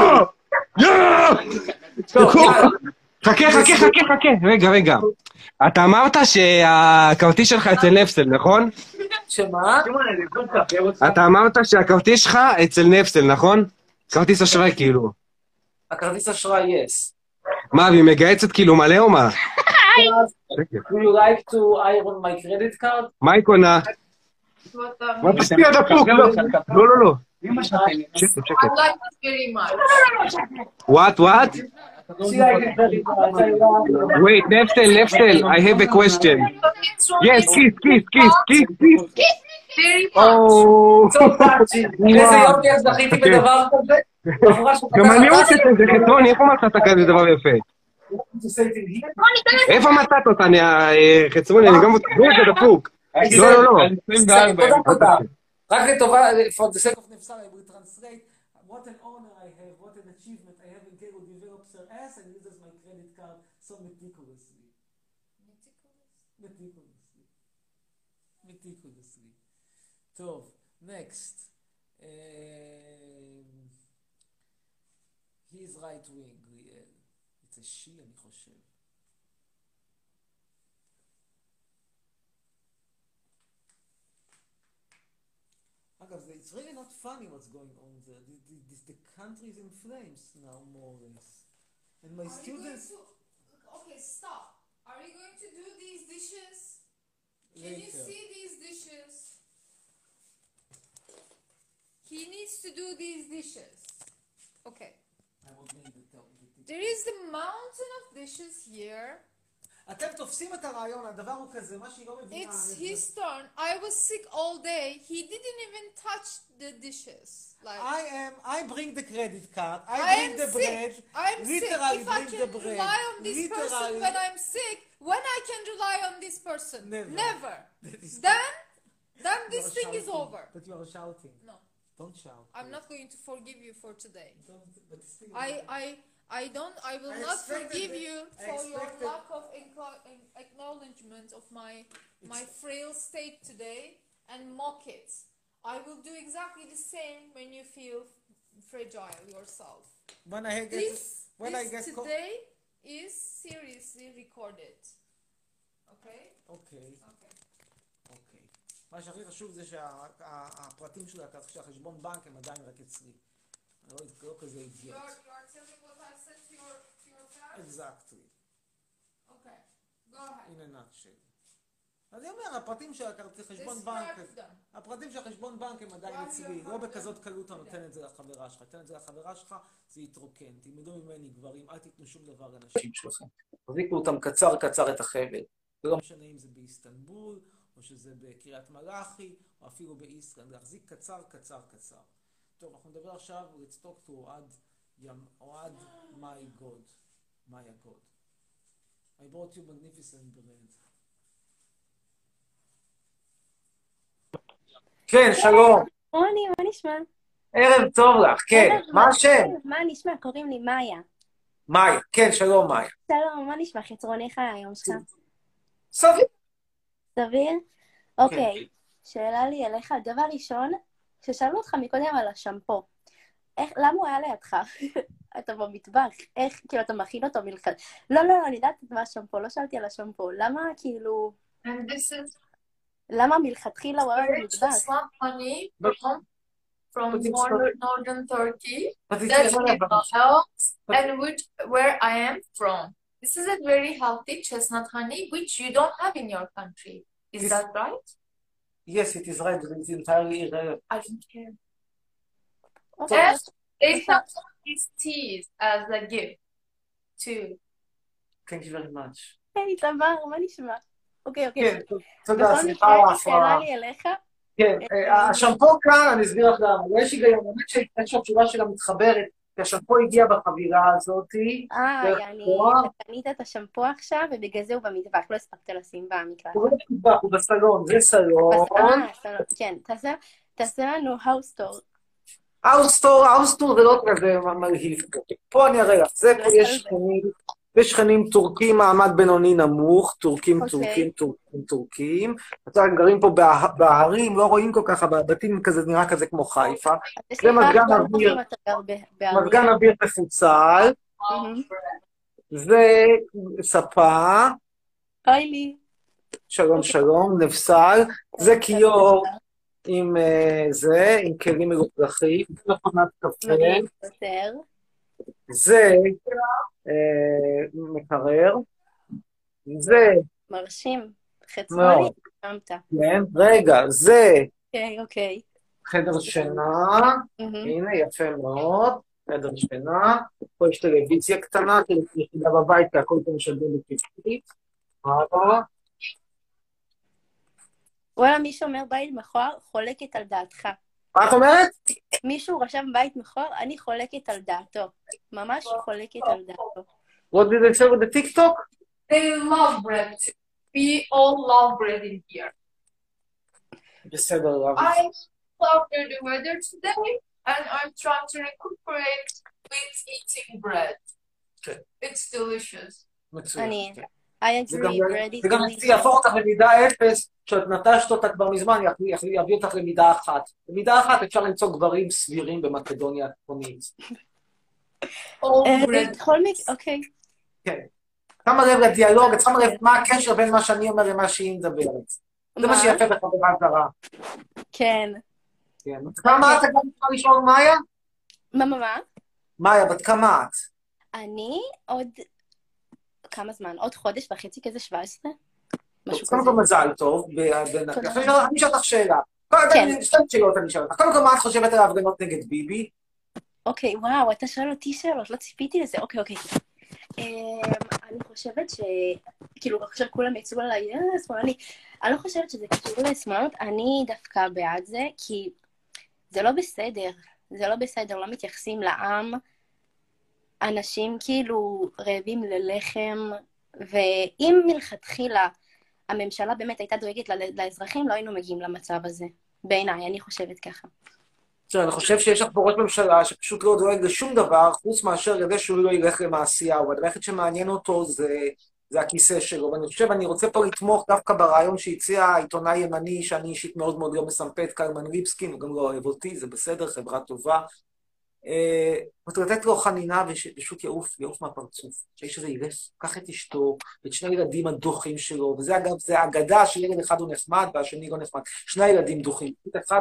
שתקו! חכה, רגע. אתה אמרת שהכרטיס שלך אצל נפסל, נכון? שמה? אתה אמרת שהכרטיס שלך אצל נפסל, נכון? כרטיס אשראי כאילו. הכרטיס אשראי, yes. מה, והיא מגייצת כאילו מלא או מה? Do you like to iron my credit card? מה היא קונה? מה תשפיע דפוק? לא. I like it very much. What? Wait, Neftel, I have a question. Yes, kiss. Oh. איזה יופי, אז זכיתי בדבר כזה? גם אני רוצה את זה, חצרוני, איפה מצאת כזה דבר יפה? איפה מצאת אותה, חצרוני, אני גם רוצה את זה דפוק. לא. רק לטובה, for the sake of נפסל, I will translate what an honor I have, what an achievement I have in Gero develops her ass and uses my credit card so meticulously. טוב, next. He is right wing, Riel. It's a she, אני חושב. אגב, it's really not funny what's going on there. The country is in flames now, more or less. And my students... Okay, stop. Are you going to do these dishes? Can you see these dishes? He needs to do these dishes. Okay. There is the mountain of dishes here. אתם תופסים את הרעיון, הדבר הוא כזה, מה שהיא לא מבינה... It's his turn. I was sick all day. He didn't even touch the dishes. Like I bring the credit card. I bring the bread. I'm sick. Literally If I bring the can bread. rely on this person when I'm sick, when I can rely on this person? Never. Then this thing is over. But you are shouting. No. Don't shout. I'm not going to forgive you for today. I will not forgive you for your lack of acknowledgement of my frail state today and mock it. I will do exactly the same when you feel fragile yourself. This today is seriously recorded. Okay? Okay. מה שהכי חשוב זה שהפרטים של החשבון בנק הם עדיין רק אצלי. לא כזה אידיוט. You are telling what I said to your class? Exactly. Okay, go ahead. In a nutshell. אז אני אומר, הפרטים של חשבון בנק, הפרטים של חשבון בנק הם עדיין אצלי, לא בכזאת קלות אתה נותן את זה לחברה שלך, תן את זה לחברה שלך, זה יתרוקן, תלמדו ממני גברים, אל תיתנו שום דבר לאנשים שלכם. תחזיקו אותם קצר את החבל, זה לא משנה אם זה באיסטנבול, או שזה בקריית מלאכי, או אפילו באיסלנד, להחזיק קצר. טוב, אנחנו נדבר עכשיו, let's talk to אוהד מאיה גוד. I brought you magnificent bread. כן, שלום. רוני, מה נשמע? ערב טוב לך, כן. מה השם? מה נשמע? קוראים לי מאיה. מאיה, כן, שלום מאיה. שלום, מה נשמע? חצרון, איך היום שלך? סביר. סביר? אוקיי, שאלה לי אליך, דבר ראשון, ששאלו אותך מקודם על השמפו. למה הוא היה לידך? אתה במטבח, איך, כאילו, אתה מכין אותו מלכת. לא, אני יודעת מה השמפו, לא שאלתי על השמפו. למה, כאילו... למה מלכתחילה הוא היה במטבח? It's not honey from northern Turkey that is health and where I am from. This is a very healthy chestnut honey which you don't have in your country. Is that right? Yes, it is right, but it's entirely irrelevant. I don't care. And they sell these teas as a gift too. Thank you very much. היי, תמר, מה נשמע? אוקיי. כן, תודה, סליחה על ההפרעה. שאלה לי אליך. כן, השמפו כאן, אני אסביר לך למה. יש היגיון, באמת שהתשובה שלה מתחברת, כי השמפו הגיע בחבירה הזאת. אתה קנית את השמפו עכשיו, ובגלל זה הוא במטבח, לא הספקת לשים במקרה. הוא לא במטבח, הוא בסלון, זה סלון. כן, תעשה לנו האוסטור. האוסטור זה לא כזה מלהיב. פה אני אראה לך, זה פה יש שכנים טורקים, מעמד בינוני נמוך, טורקים. הם גרים פה בהרים, לא רואים כל כך, הבתים כזה נראה כזה כמו חיפה. זה מזגן אוויר מפוצל. זה ספה. שלום, נפסל. זה כיור עם כלים מלוכלכים. זה מכונת קפה. זה מקרר, זה... מרשים, חצרוני, קמת. כן, רגע, זה... אוקיי. חדר שינה, הנה, יפה מאוד, חדר שינה, פה יש טלוויזיה קטנה, יחידה בבית, כי הכל פה משדר בקפית. וואלה, מי שאומר בית מכוער, חולקת על דעתך. מה את אומרת? מישהו רשם בית מכוער, אני חולקת על דעתו. ממש חולקת על דעתו. What did they say with the TikTok? They love bread. We all love bread in here. בסדר, רב. I love the weather today, and I'm trying to recuperate with eating bread. It's delicious. מצוין. זה גם יהפוך אותך למידה 0, כשאת נטשת אותה כבר מזמן, יביא אותך למידה 1. במידה 1 אפשר למצוא גברים סבירים במקדוניה הצפונית. בכל מקרה, אוקיי. כן. שמה לב לדיאלוג, שמה לב מה הקשר בין מה שאני אומר למה שהיא מדברת. זה מה שיפה בחברה זרה. כן. בת כמה את גם צריכה לשאול מאיה? מה? מאיה, בת כמה את? אני עוד... כמה זמן? עוד חודש וחצי כזה 17? קודם כל מזל טוב. אני אשאל אותך שאלה. שתי שאלות אני אשאל אותך. קודם כל מה את חושבת על ההפגנות נגד ביבי? אוקיי, וואו, אתה שואל אותי שאלות, לא ציפיתי לזה. אוקיי. אני חושבת כאילו עכשיו כולם יצאו עליי, שמאלני. אני לא חושבת שזה קשור לשמאלנות, אני דווקא בעד זה, כי זה לא בסדר, לא מתייחסים לעם. אנשים כאילו רעבים ללחם, ואם מלכתחילה הממשלה באמת הייתה דואגת לאזרחים, לא היינו מגיעים למצב הזה. בעיניי, אני חושבת ככה. אני חושב שיש לך פה ראש ממשלה שפשוט לא דואג לשום דבר, חוץ מאשר לזה שהוא לא ילך למעשיהו. הדבר שמעניין אותו זה הכיסא שלו. ואני חושב, אני רוצה פה לתמוך דווקא ברעיון שהציע עיתונאי ימני, שאני אישית מאוד מאוד לא מסמפת, קלמן ליבסקין, הוא גם לא אוהב אותי, זה בסדר, חברה טובה. לתת לו חנינה ופשוט יעוף מהפרצוף. שהאיש הזה ילך, קח את אשתו, ואת שני הילדים הדוחים שלו, וזה אגב, זה אגדה שילד אחד הוא נחמד והשני לא נחמד. שני הילדים דוחים. אחד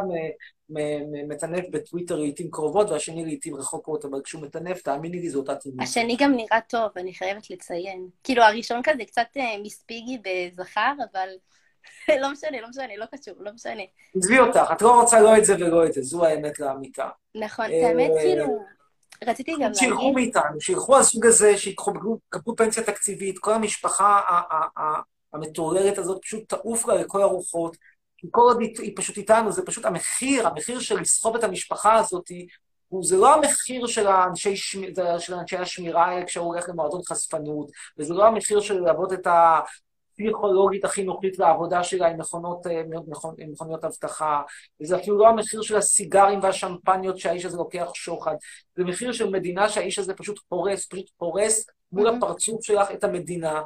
מטנף בטוויטר לעתים קרובות, והשני לעתים רחוקות, אבל כשהוא מטנף, תאמיני לי, זו אותה תמיד. השני גם נראה טוב, אני חייבת לציין. כאילו, הראשון כזה קצת מספיגי בזכר, אבל לא משנה, לא קשור, לא משנה. עזבי אותך, את לא רוצה לא את זה ולא את זה, זו האמת לאמיתה. נכון, האמת כאילו, רציתי גם להגיד... שילכו מאיתנו, שילכו הסוג הזה, שיקבלו פנסיה תקציבית, כל המשפחה המתעוררת הזאת פשוט תעוף לה לכל הרוחות, כי כל עוד היא פשוט איתנו, זה פשוט המחיר של לסחוב את המשפחה הזאת, זה לא המחיר של אנשי השמירה כשהוא הולך למועדון חשפנות, וזה לא המחיר של לעבוד את הפסיכולוגית החינוכית לעבודה שלה עם מכוניות אבטחה, וזה אפילו לא המחיר של הסיגרים והשמפניות שהאיש הזה לוקח שוחד, זה מחיר של מדינה שהאיש הזה פשוט פורס מול הפרצוף שלך את המדינה.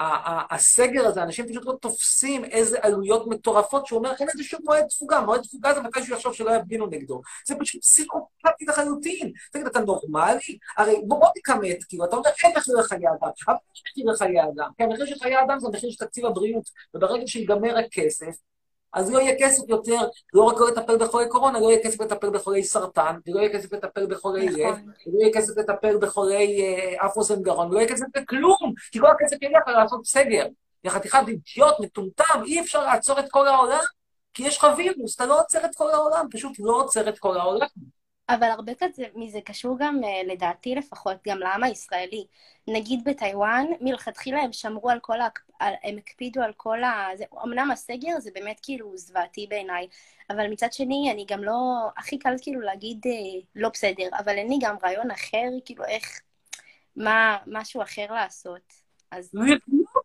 הסגר הזה, אנשים פשוט לא תופסים איזה עלויות מטורפות, שהוא אומר, אין איזה שום מועד תפוגה, מועד תפוגה זה מתי שהוא יחשוב שלא יפגינו נגדו. זה פשוט פסיכופתי לחלוטין. תגיד, אתה נורמלי? הרי בוא תכמת, כאילו, אתה אומר, אין מחיר לחיי אדם, אבל יש מחיר לחיי אדם, כי המחיר של חיי אדם זה המחיר של תקציב הבריאות, וברגע שיגמר הכסף, אז לא יהיה כסף יותר, לא רק לא לטפל בחולי קורונה, לא יהיה כסף לטפל בחולי סרטן, ולא יהיה כסף לטפל בחולי לב, ולא יהיה כסף לטפל בחולי אף אוזן גרון, ולא יהיה כסף לכלום, כי כל הכסף ילך לעשות סגר. חתיכת אידיוט, מטומטם, אי אפשר לעצור את כל העולם, כי יש לך וירוס, אתה לא עוצר את כל העולם, פשוט לא עוצר את כל העולם. אבל הרבה כזה מזה קשור גם, לדעתי לפחות, גם לעם הישראלי. נגיד בטיואן, מלכתחילה הם שמרו על כל הם הקפידו על כל אמנם הסגר זה באמת כאילו זוועתי בעיניי, אבל מצד שני אני גם לא, הכי קל כאילו להגיד לא בסדר, אבל אין לי גם רעיון אחר, כאילו איך, משהו אחר לעשות. אז... להיות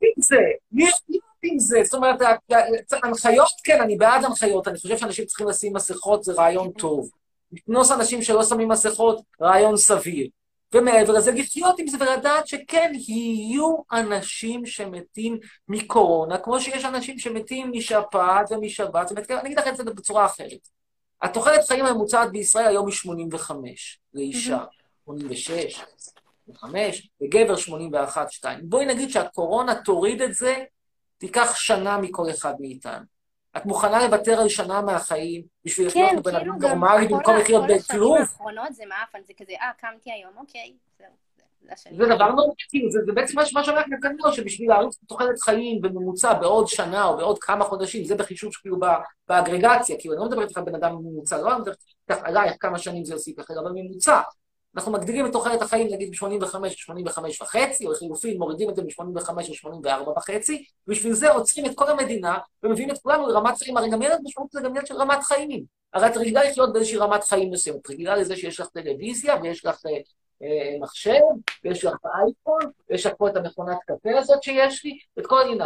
עם זה, זאת אומרת, הנחיות, כן, אני בעד הנחיות, אני חושב שאנשים צריכים לשים מסכות, זה רעיון טוב. לתנוס אנשים שלא שמים מסכות, רעיון סביר. ומעבר לזה, לחיות עם זה ולדעת שכן, יהיו אנשים שמתים מקורונה, כמו שיש אנשים שמתים משפעת ומשבת, אני אגיד לך את זה בצורה אחרת. התוחלת חיים הממוצעת בישראל היום היא 85 לאישה, 86, 5, וגבר 81, 2. בואי נגיד שהקורונה תוריד את זה, תיקח שנה מכל אחד מאיתנו. את מוכנה לוותר על שנה מהחיים, בשביל לחיות בבן אדם נורמלי, במקום לחיות בכלום? כל השנים האחרונות זה מאפן, זה כזה, קמתי היום, אוקיי, זה דבר נורמלי, זה בעצם מה שאומר כנראה, שבשביל להעריך תוחלת חיים בממוצע בעוד שנה או בעוד כמה חודשים, זה בחישוב שכאילו באגרגציה, כאילו אני לא מדברת לך בן אדם ממוצע, לא מדברת כך עלייך כמה שנים זה יוסיף אחר, אבל ממוצע. אנחנו מגדירים את תוחלת החיים, נגיד, ב-85 ל-85 וחצי, או לחילופין, מורידים את זה מ-85 ל-84 וחצי, ובשביל זה עוצרים את כל המדינה, ומביאים את כולנו לרמת חיים. הרי גם ילד משמעות זה גם ילד של רמת חיים. הרי את רגילה לחיות באיזושהי רמת חיים מסוימת. את רגילה לזה שיש לך טלוויזיה, ויש לך מחשב, ויש לך אייפון, ויש לך פה את המכונת קפה הזאת שיש לי, ואת כל העניין.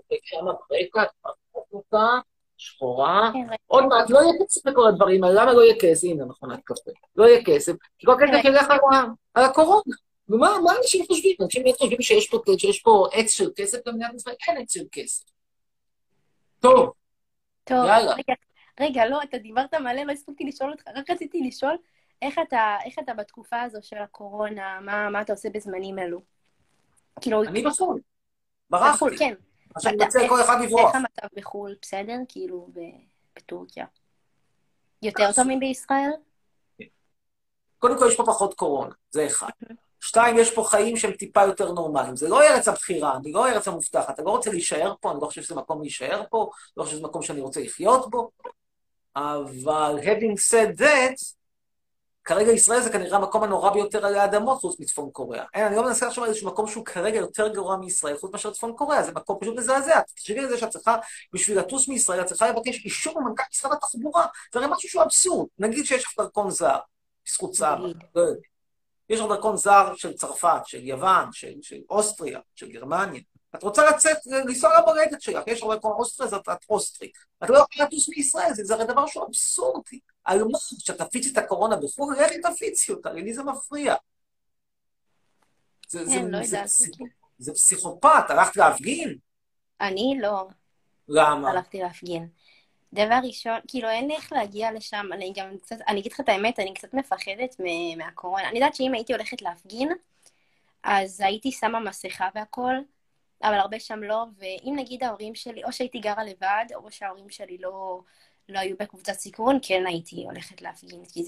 שחורה, עוד מעט לא יהיה כסף לכל הדברים האלה, למה לא יהיה כסף? הנה, מכונת קפה. לא יהיה כסף, כי כל כסף ילך על הקורונה. ומה אנשים חושבים? אנשים חושבים שיש פה עץ של כסף במדינת ישראל? אין עץ של כסף. טוב, יאללה. רגע, לא, אתה דיברת מלא, לא הספקתי לשאול אותך, רק רציתי לשאול, איך אתה בתקופה הזו של הקורונה, מה אתה עושה בזמנים אלו? אני בחו"ל, ברחתי. בחו"ל, כן. עכשיו אני מציע כל אחד לברוח. איך המצב בחו"ל, בסדר? כאילו בטורקיה. יותר טוב מבישראל? קודם כל יש פה פחות קורונה, זה אחד. 2, יש פה חיים שהם טיפה יותר נורמליים. זה לא ארץ הבחירה, אני לא ארץ המובטחת. אני לא רוצה להישאר פה, אני לא חושב שזה מקום להישאר פה, לא חושב שזה מקום שאני רוצה לחיות בו. אבל having said that, כרגע ישראל זה כנראה המקום הנורא ביותר על האדמות חוץ מצפון קוריאה. אני לא מנסה עכשיו איזשהו מקום שהוא כרגע יותר גרוע מישראל חוץ מאשר צפון קוריאה, זה מקום פשוט מזעזע. תחשבי על זה שאת צריכה, בשביל לטוס מישראל, את צריכה לבקש אישור ממנכ"ל משרד התחבורה, זה הרי משהו שהוא אבסורד. נגיד שיש לך דרכון זר, בזכות סבא, יש לך דרכון זר של צרפת, של יוון, של אוסטריה, של גרמניה. את רוצה לנסוע למולדת שלך, יש לך דרכון אוסטריה, אז את אוסטרית. את לא יכולה לטוס מישראל, זה הרי דבר שהוא אבסורדי. על מה? שתפיצי את הקורונה בחו"ל, איך היא תפיצי אותה? לי זה מפריע. זה פסיכופת, הלכת להפגין? אני לא. למה? הלכתי להפגין. דבר ראשון, כאילו אין לי איך להגיע לשם, אני גם קצת, אני אגיד לך את האמת, אני קצת מפחדת מהקורונה. אני יודעת שאם הייתי הולכת להפגין, אז הייתי שמה מסכה והכל, אבל הרבה שם לא, ואם נגיד ההורים שלי, או שהייתי גרה לבד, או שההורים שלי לא היו בקבוצת סיכון, כן הייתי הולכת להפגין, כי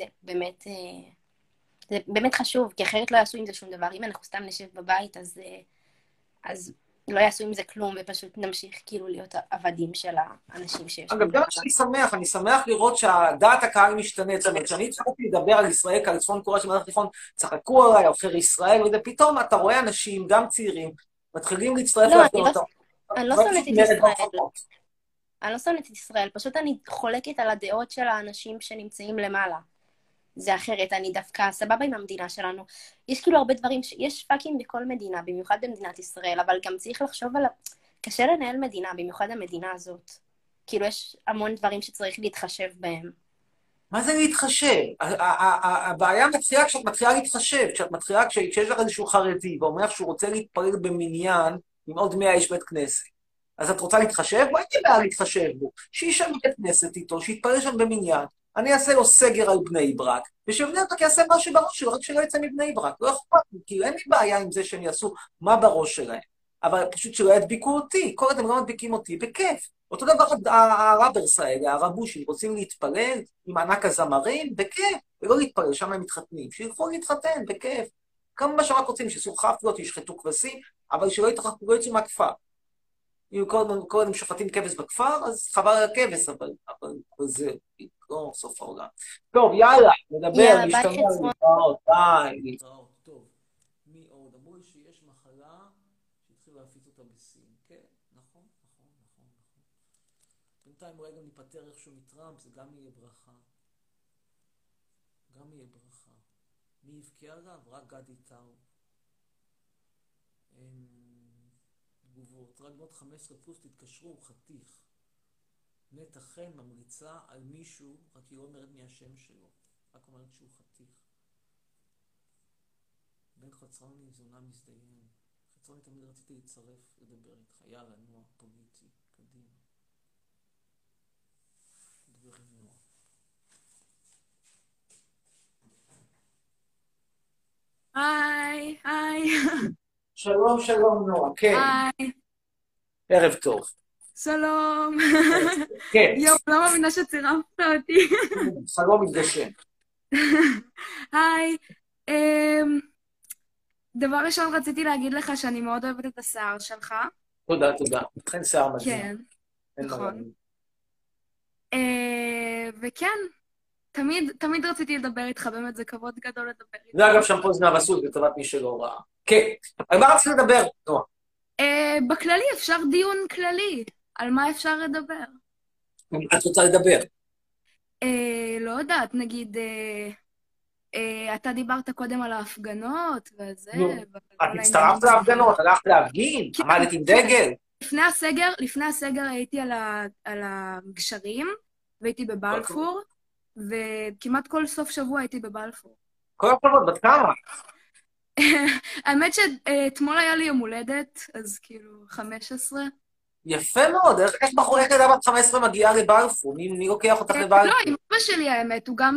זה באמת חשוב, כי אחרת לא יעשו עם זה שום דבר. אם אנחנו סתם נשב בבית, אז לא יעשו עם זה כלום, ופשוט נמשיך כאילו להיות עבדים של האנשים שיש. אגב, גם אני שמח לראות שהדעת הקהל משתנה. זאת אומרת, כשאני התחלתי לדבר על ישראל כעל צפון קוריאה של מזרח התיכון, צחקו עליי, עוכר ישראל, ופתאום אתה רואה אנשים, גם צעירים, מתחילים להצטרף להפגנות. אני לא שונאת את ישראל. אני לא שונאת את ישראל, פשוט אני חולקת על הדעות של האנשים שנמצאים למעלה. זה אחרת, אני דווקא סבבה עם המדינה שלנו. יש כאילו הרבה דברים, יש פאקים בכל מדינה, במיוחד במדינת ישראל, אבל גם צריך לחשוב על... קשה לנהל מדינה, במיוחד המדינה הזאת. כאילו יש המון דברים שצריך להתחשב בהם. מה זה להתחשב? הבעיה מתחילה כשאת מתחילה להתחשב, כשיש לך איזשהו חרדי, ואומר לך שהוא רוצה להתפלל במניין עם עוד 100 איש בית כנסת. אז את רוצה להתחשב? בואי תדע להתחשב בו. שישב בית כנסת איתו, שיתפלל שם במניין. אני אעשה לו סגר על בני ברק, ושבני ברק יעשה משהו בראש שלו, רק שלא יצא מבני ברק. לא אכפת לי, כי אין לי בעיה עם זה שהם יעשו מה בראש שלהם. אבל פשוט שלא ידביקו אותי, כל עוד הם לא מדביקים אותי, בכיף. אותו דבר הראברס האלה, הרבושים, רוצים להתפלל עם ענק הזמרים, בכיף, ולא להתפלל, שם הם מתחתנים. שילכו להתחתן, בכיף. כמה שרק רוצים, שיעשו חפלות, ישחטו כבשים, אבל שלא יצאו מהכפר. אם כל הם שוחטים כבש בכפר, אז חבל על הכבש, אבל זה לא סוף העולם. טוב, יאללה, נדבר, נשתמע, להתראות, ביי, להתראות. טוב, מי עוד? אמרו לי שיש מחלה שהתחילו להפיץ אותה בסין. כן, נכון. בינתיים אולי גם ניפטר איכשהו מטראמפ, זה גם יהיה ברכה. מי יבכה עליו? רק גדי טאו. תגובות, רק בעוד 15 פלוס תתקשרו, חתיך. נטע חן ממליצה על מישהו, רק היא לא אומרת מי השם שלו, רק אומרת שהוא חתיך. בן חצרוני זונה מזדיין. חצרוני תמיד רציתי להצטרף לדבר איתך. יאללה, נועה, פוליטי, קדימה. דבר עם נועה. היי. שלום נועה, כן. היי. ערב טוב. שלום. כן. יואו, לא מאמינה שצירפת אותי. חלום מתגשם. היי. דבר ראשון רציתי להגיד לך שאני מאוד אוהבת את השיער שלך. תודה. אכן שיער מדהים. כן, נכון. וכן, תמיד רציתי לדבר איתך, באמת זה כבוד גדול לדבר איתך. זה אגב שם פה זנב עשוי, לטובת מי שלא ראה. כן, על מה רציתי לדבר, נועה? בכללי אפשר דיון כללי, על מה אפשר לדבר. את רוצה לדבר? לא יודעת, נגיד, אתה דיברת קודם על ההפגנות וזה. את מצטרפת להפגנות, הלכת להפגין, עמדת עם דגל. לפני הסגר הייתי על הגשרים, והייתי בבלפור, וכמעט כל סוף שבוע הייתי בבלפור. כל הכבוד, בת כמה? האמת שאתמול היה לי יום הולדת, אז כאילו 15. יפה מאוד, איך בחור ילדה בת 15 מגיעה לבלפור? מי לוקח אותך לבלפור? לא, עם אבא שלי האמת, הוא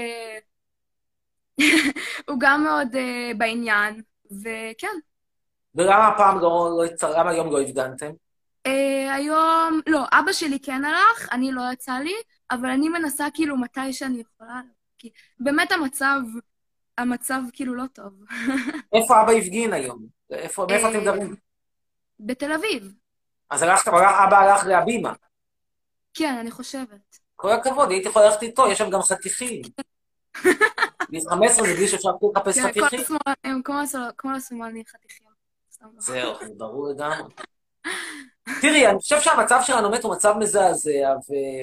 גם מאוד בעניין, וכן. ולמה הפעם למה היום לא הפגנתם? היום, לא, אבא שלי כן הלך, אני לא יצא לי, אבל אני מנסה כאילו מתי שאני יכולה, כי באמת המצב כאילו לא טוב. איפה אבא הפגין היום? מאיפה אתם מדברים? בתל אביב. אז אבא הלך להבימה. כן, אני חושבת. כל הכבוד, הייתי יכול ללכת איתו, יש שם גם חתיכים. גיל 15 זה גיל שאפשר לחפש חתיכים. הם כמו השמאלני חתיכים. זהו, ברור לגמרי. תראי, אני חושב שהמצב שלנו באמת הוא מצב מזעזע,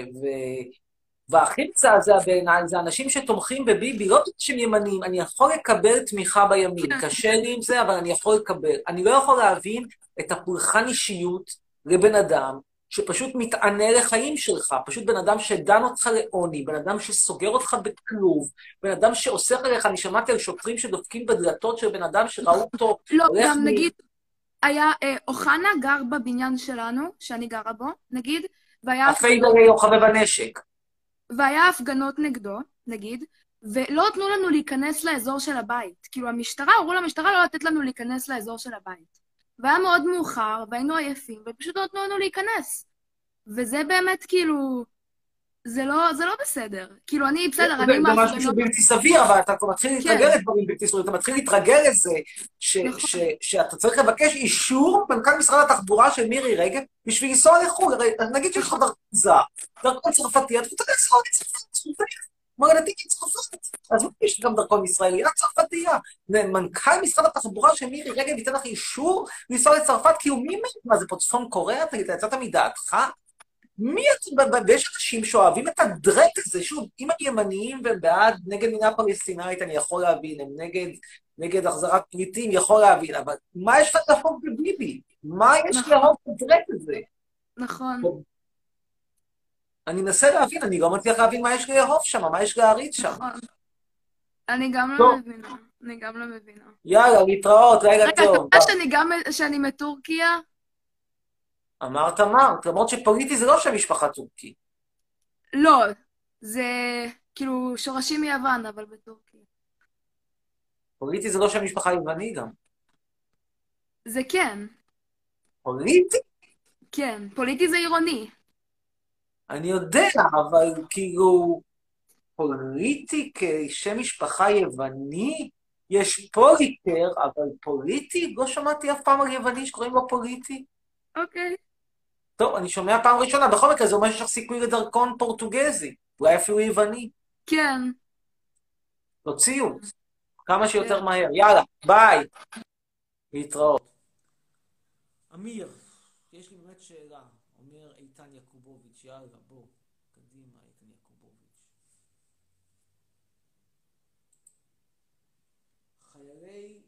והכי מזעזע בעיניי זה אנשים שתומכים בביבי, לא שהם ימנים, אני יכול לקבל תמיכה בימין, קשה לי עם זה, אבל אני יכול לקבל. אני לא יכול להבין את הפולחן אישיות לבן אדם, שפשוט מתענה לחיים שלך, פשוט בן אדם שדן אותך לעוני, בן אדם שסוגר אותך בכלוב, בן אדם שאוסר עליך, אני שמעתי על שוטרים שדופקים בדלתות של בן אדם שראו אותו. לא, גם נגיד, היה, אוחנה גר בבניין שלנו, שאני גרה בו, נגיד, הפייד הרי הוא חבב הנשק. והיה הפגנות נגדו, נגיד, ולא נתנו לנו להיכנס לאזור של הבית. כאילו, אמרו למשטרה לא לתת לנו להיכנס לאזור של הבית. והיה מאוד מאוחר, והיינו עייפים, ופשוט לא נתנו לנו להיכנס. וזה באמת, כאילו, זה לא בסדר. כאילו, אני, בסדר, אני זה משהו שהוא בלתי סביר, אבל אתה מתחיל להתרגל לדברים בלתי סבירים, אתה מתחיל להתרגל לזה, שאתה צריך לבקש אישור מנכ"ל משרד התחבורה של מירי רגב, בשביל לנסוע לחו"ל. נגיד שיש לך דרכון צרפתי, אתה צריך לנסוע לצרפת. מולדתית צרפת. אז יש גם דרכון ישראלי, רק צרפתייה. מנכ"ל משרד התחבורה של מירי רגב ייתן לך אישור לנסוע לצרפת, כי הוא מי? מה זה פה צפון קוריאה? אתה יצאת מדעתך? ויש אנשים שאוהבים את הדרק הזה, שוב, אם הם ימניים והם בעד נגד מדינה פלסטינאית, אני יכול להבין, הם נגד החזרת פליטים, יכול להבין, אבל מה יש לך להפוך בביבי? מה יש להפוך בדרק הזה? נכון. אני מנסה להבין, אני לא מצליח להבין מה יש לאהוב שם, מה יש להריץ שם. אני גם לא מבינה. יאללה, להתראות, לילה טוב. רגע, אתה יודע שאני מטורקיה? אמרת, למרות שפוליטי זה לא שם משפחה טורקי. לא, זה כאילו שורשים מיוון, אבל בטורקיה. פוליטי זה לא שם משפחה יווני גם. זה כן. פוליטי? כן, פוליטי זה עירוני. אני יודע, אבל כאילו, פוליטי כשם משפחה יווני, יש פוליטר, אבל פוליטי? לא שמעתי אף פעם על יווני שקוראים לו פוליטי. אוקיי. טוב, אני שומע פעם ראשונה, בכל מקרה זה אומר שיש לך סיכוי לדרכון פורטוגזי, אולי אפילו יווני. כן. תוציאו, כמה שיותר מהר. יאללה, ביי. להתראות. אמיר, יש לי באמת שאלה. אומר איתן יקובוביץ', יאללה, בוא, קדימה, איתן יקובוביץ'. חיילי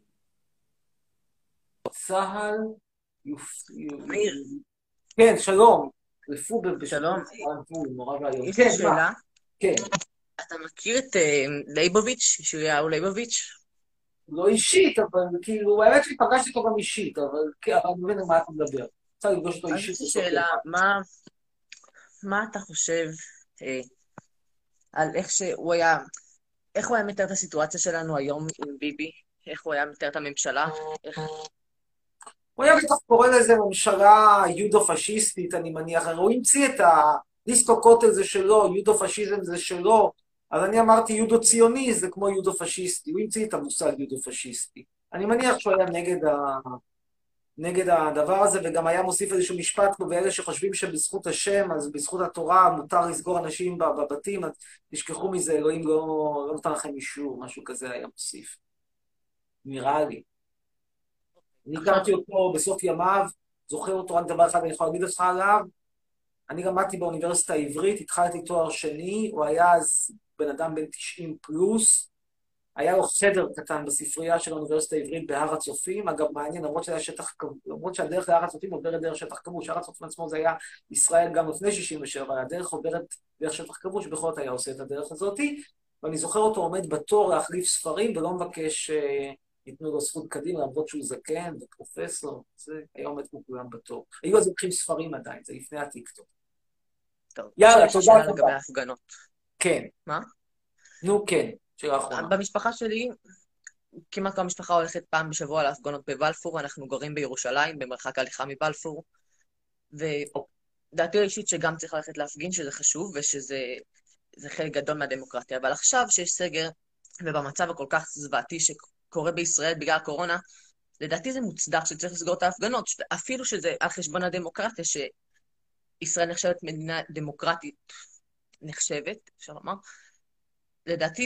צה"ל אמיר. כן, שלום. שלום. יש כן, לי שאלה. כן. אתה מכיר את ליבוביץ', ישעיהו ליבוביץ'? לא אישית, אבל כאילו, האמת שפגשתי אותו גם אישית, אבל אני מבין על מה אתה מדבר. צריך לפגוש אותו אישית. אז יש לי שאלה, מה אתה חושב על איך הוא היה מתאר את הסיטואציה שלנו היום עם ביבי? איך הוא היה מתאר את הממשלה? הוא היה בטח קורא לזה ממשלה יודו-פשיסטית, אני מניח. הוא המציא את הדיסקו קוטל זה שלו, יודו-פשיזם זה שלו, אז אני אמרתי יודו-ציוני זה כמו יודו-פשיסטי. הוא המציא את המושג יודו-פשיסטי. אני מניח שהוא היה נגד הדבר הזה, וגם היה מוסיף איזשהו משפט כמו, ואלה שחושבים שבזכות השם, אז בזכות התורה מותר לסגור אנשים בבתים, אז תשכחו מזה, אלוהים לא נותן לכם אישור, משהו כזה היה מוסיף. נראה לי. אני הכרתי אותו בסוף ימיו, זוכר אותו רק דבר אחד, אני יכול להגיד לך עליו. אני למדתי באוניברסיטה העברית, התחלתי תואר שני, הוא היה אז בן אדם בן 90 פלוס, היה לו חדר קטן בספרייה של האוניברסיטה העברית בהר הצופים. אגב, מעניין, למרות שהדרך להר הצופים עוברת דרך שטח כבוש, הר הצופים עצמו זה היה ישראל גם לפני 67, אבל הדרך עוברת דרך שטח כבוש, בכל זאת היה עושה את הדרך הזאת, ואני זוכר אותו עומד בתור להחליף ספרים, ולא מבקש ייתנו לו זכות קדימה, למרות שהוא זקן ופרופסור, זה היה עומד כמו כולם בתור. היו אז לוקחים ספרים עדיין, זה לפני הטיקטוק. טוב, יאללה, תודה רבה. לגבי ההפגנות. כן. מה? נו, כן. שאלה אחרונה. במשפחה שלי, כמעט כל המשפחה הולכת פעם בשבוע להפגנות בבלפור, אנחנו גרים בירושלים, במרחק הליכה מבלפור, ודעתי האישית שגם צריך ללכת להפגין, שזה חשוב, ושזה חלק גדול מהדמוקרטיה, אבל עכשיו שיש סגר, ובמצב הכל כך זוועתי שקורה בישראל בגלל הקורונה, לדעתי זה מוצדק שצריך לסגור את ההפגנות, אפילו שזה על חשבון הדמוקרטיה, שישראל נחשבת מדינה דמוקרטית נחשבת, אפשר לומר, לדעתי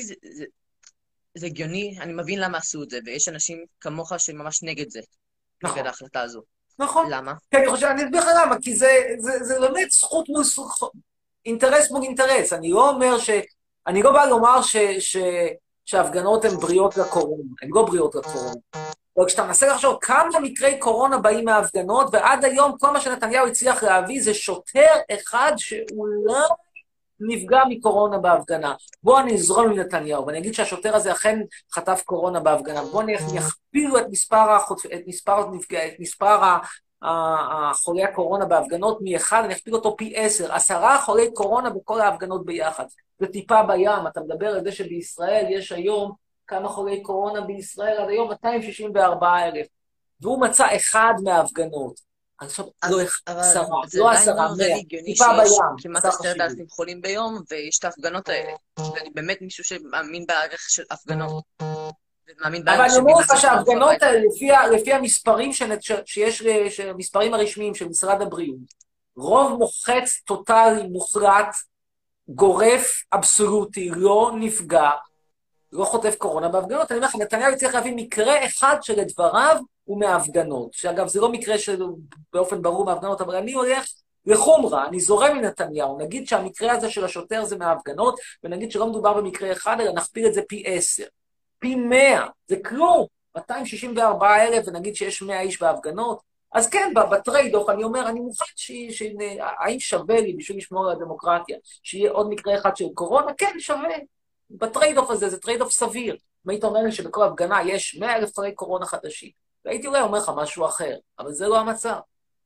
זה הגיוני, אני מבין למה עשו את זה, ויש אנשים כמוך שממש נגד זה, נגד ההחלטה הזו. נכון. למה? כי אני אסביר לך למה, כי זה באמת זכות מול זכות, אינטרס מול אינטרס. אני לא בא לומר שההפגנות הן בריאות לקורונה, הן לא בריאות לקורונה. אבל כשאתה מנסה לחשוב כמה מקרי קורונה באים מההפגנות, ועד היום כל מה שנתניהו הצליח להביא זה שוטר אחד שאולי נפגע מקורונה בהפגנה. בואו אני אזרום עם נתניהו, ואני אגיד שהשוטר הזה אכן חטף קורונה בהפגנה. בואו יכפילו את מספר החולי הקורונה בהפגנות מ-1, אני אכפיל אותו פי 10. 10 חולי קורונה בכל ההפגנות ביחד. זה טיפה בים. אתה מדבר על זה שבישראל יש היום כמה חולי קורונה בישראל, עד היום 264,000. והוא מצא אחד מההפגנות. עכשיו, לא 10, לא 10, 100, טיפה בים. כמעט 10,000 חולים ביום, ויש את ההפגנות האלה. ואני באמת מישהו שמאמין בערך של הפגנות. אבל אני אומר לך שההפגנות האלה, לפי המספרים שיש, המספרים הרשמיים של משרד הבריאות, רוב מוחץ, טוטלי, מוחלט, גורף, אבסולוטי, לא נפגע, לא חוטף קורונה בהפגנות. אני אומר לך, נתניהו צריך להביא מקרה אחד שלדבריו הוא מההפגנות. שאגב, זה לא מקרה שבאופן ברור מההפגנות, אבל אני הולך לחומרה, אני זורם מנתניהו. נגיד שהמקרה הזה של השוטר זה מההפגנות, ונגיד שלא מדובר במקרה אחד, אלא נכפיל את זה פי 10. פי 100, זה כלום, 264,000, ונגיד שיש 100 איש בהפגנות, אז כן, בטרייד-אוף, אני אומר, אני מוכן האם שווה לי, בשביל לשמור על הדמוקרטיה, שיהיה עוד מקרה אחד של קורונה? כן, שווה. בטרייד-אוף הזה, זה טרייד-אוף סביר. אם היית אומר לי שבכל הפגנה יש 100,000 חולי קורונה חדשים, והייתי אולי אומר לך משהו אחר, אבל זה לא המצב.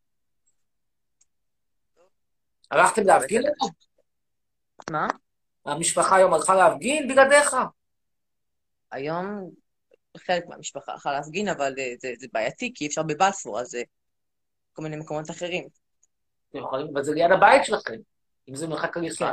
הלכתם להפגין אותו? מה? המשפחה היום הלכה להפגין בלעדיך? היום חלק מהמשפחה הלכה להפגין, אבל זה בעייתי, כי אי אפשר בבלפור, אז כל מיני מקומות אחרים. אתם יכולים, אבל זה ליד הבית שלכם, אם זה מרחק הליכה.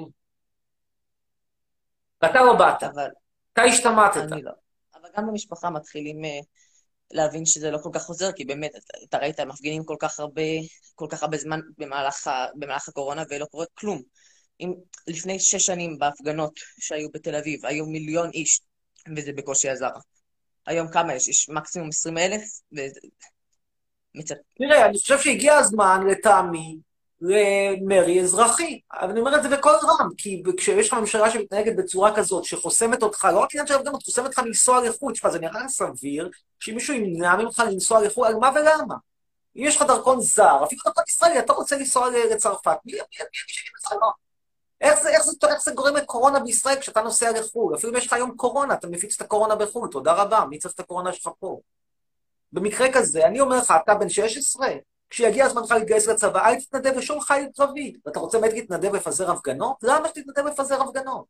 ואתה לא באת, אתה השתמטת. אני לא. אבל גם במשפחה מתחילים להבין שזה לא כל כך חוזר, כי באמת, אתה ראית, הם מפגינים כל כך הרבה זמן במהלך הקורונה, ולא קורה כלום. לפני 6 שנים בהפגנות שהיו בתל אביב, היו 1,000,000 איש, וזה בקושי עזר. היום כמה יש? יש מקסימום 20,000? תראה, אני חושב שהגיע הזמן, לטעמי, למרי אזרחי. אבל אני אומר את זה בכל רם, כי כשיש לך ממשלה שמתנהגת בצורה כזאת, שחוסמת אותך, לא רק עניין של הפגנות, חוסמת אותך לנסוע לחוץ, זה נראה סביר, שמישהו ימנע ממך לנסוע לחוץ, על מה ולמה? אם יש לך דרכון זר, אפילו דרכון ישראלי, אתה רוצה לנסוע לצרפת, מי שיגיד לך לא? איך זה גורם לקורונה בישראל כשאתה נוסע לחו"ל? אפילו אם יש לך היום קורונה, אתה מפיץ את הקורונה בחו"ל, תודה רבה, מי צריך את הקורונה שלך פה? במקרה כזה, אני אומר לך, אתה בן 16, כשיגיע הזמנך להתגייס לצבא, אל תתנדב לשום חיל קרבי. ואתה רוצה באמת להתנדב לפזר הפגנות? למה שתתנדב לפזר הפגנות?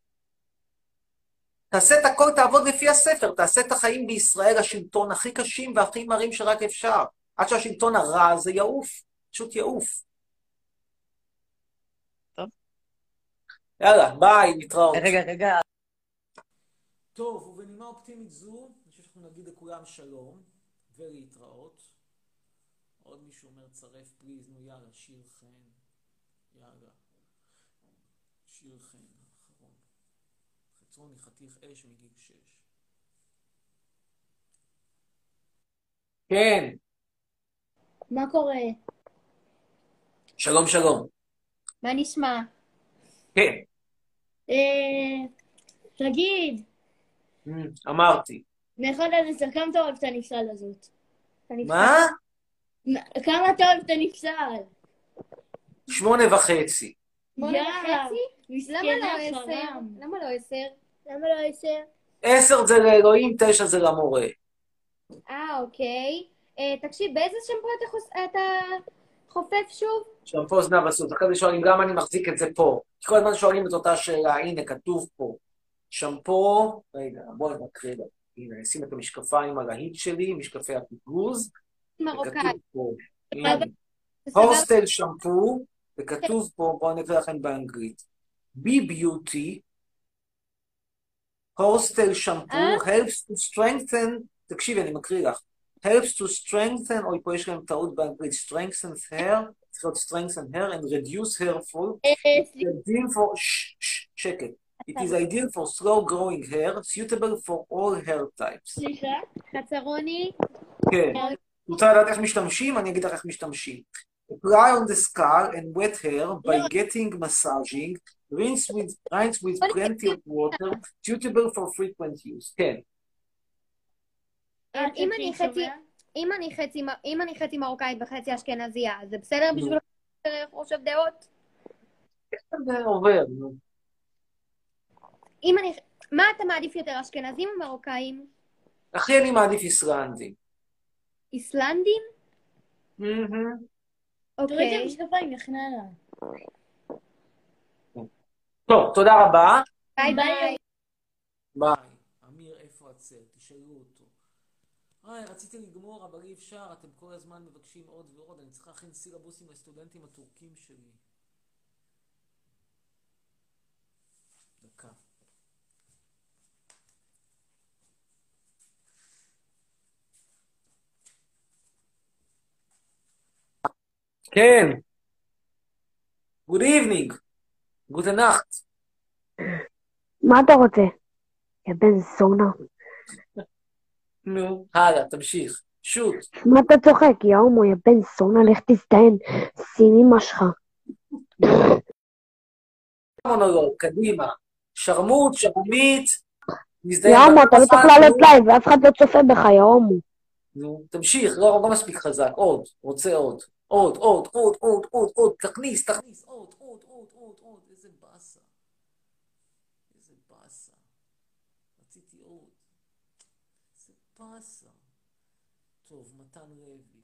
תעשה את הכל, תעבוד לפי הספר, תעשה את החיים בישראל, השלטון הכי קשים והכי מרים שרק אפשר. עד שהשלטון הרע הזה יעוף, פשוט יעוף. יאללה, ביי, נתראות. רגע. טוב, ובנימה אופטימית זו, אני חושב שאנחנו נגיד לכולם שלום, ולהתראות. עוד מישהו אומר צרף פליז, נו יאללה, שיר חן. יאללה. שיר חן, האחרון. חצרוני חתיך אש מגיל 6. כן. מה קורה? שלום, שלום. מה נשמע? כן. תגיד. אמרתי. מאחד עד 10, כמה אתה אוהב את הנפסל הזאת? מה? כמה אתה אוהב את הנפסל? 8.5. 8.5? למה לא 10? למה לא 10? למה לא 10? 10 זה לאלוהים, 9 זה למורה. אוקיי. תקשיב, באיזה שמפו אתה חופף שוב? שמפו זנב עשו. אחרי זה שואלים, גם אני מחזיק את זה פה. כי כל הזמן שואלים את אותה שאלה, הנה, כתוב פה. שמפו, רגע, בואי נקריא לה. הנה, נשים את המשקפיים על ההיט שלי, משקפי הפיגוז. מרוקאי. וכתוב פה, הנה, הורסטל שמפו, וכתוב פה, בואו נקריא לכם באנגלית. B-Beauty, הורסטל שמפו, helps to strengthen, תקשיבי, אני מקריא לך. helps to strengthen, אוי, פה יש להם טעות באנגלית, strengthens hair, צריך להיות strengthen hair, and reduce hair fall. שקט. It is ideal for slow-growing hair, suitable for all hair types. סליחה, חצרוני. כן. רוצה לדעת איך משתמשים? אני אגיד לך איך משתמשים. Apply on the skull and wet hair by getting massaging, rinse with plenty of water, suitable for frequent use. כן. אם אני חצי מרוקאית וחצי אשכנזייה, זה בסדר בשביל חושב דעות? זה עובר, נו. מה אתה מעדיף יותר, אשכנזים או מרוקאים? אחי, אני מעדיף איסלנדים. איסלנדים? תוריד את המשקפיים, יכנה לה. טוב, תודה רבה. ביי ביי. ביי. אמיר, איפה הצל? תשאלו אותו. רציתי לגמור, אבל אי אפשר, אתם כל הזמן מבקשים עוד ועוד, אני צריך להכין סילבוסים לסטודנטים הטורקים שלי. דקה. כן. Good evening. Gute Nacht. מה אתה רוצה? יא בן זונה. נו, הלאה, תמשיך. שוט. מה אתה צוחק? יא הומו, יא בן זונה, לך תזדיין. שים אמא שלך. מונולוג, קדימה. שרמוט, שרמית. יא הומו, אתה לא צריך לעלות לייב, ואף אחד לא צופה בך, יא הומו. נו, תמשיך, לא מספיק חזק. עוד, רוצה עוד. עוד, תכניס, עוד, איזה באסה. רציתי עוד. איזה באסה. טוב, מתן לוי.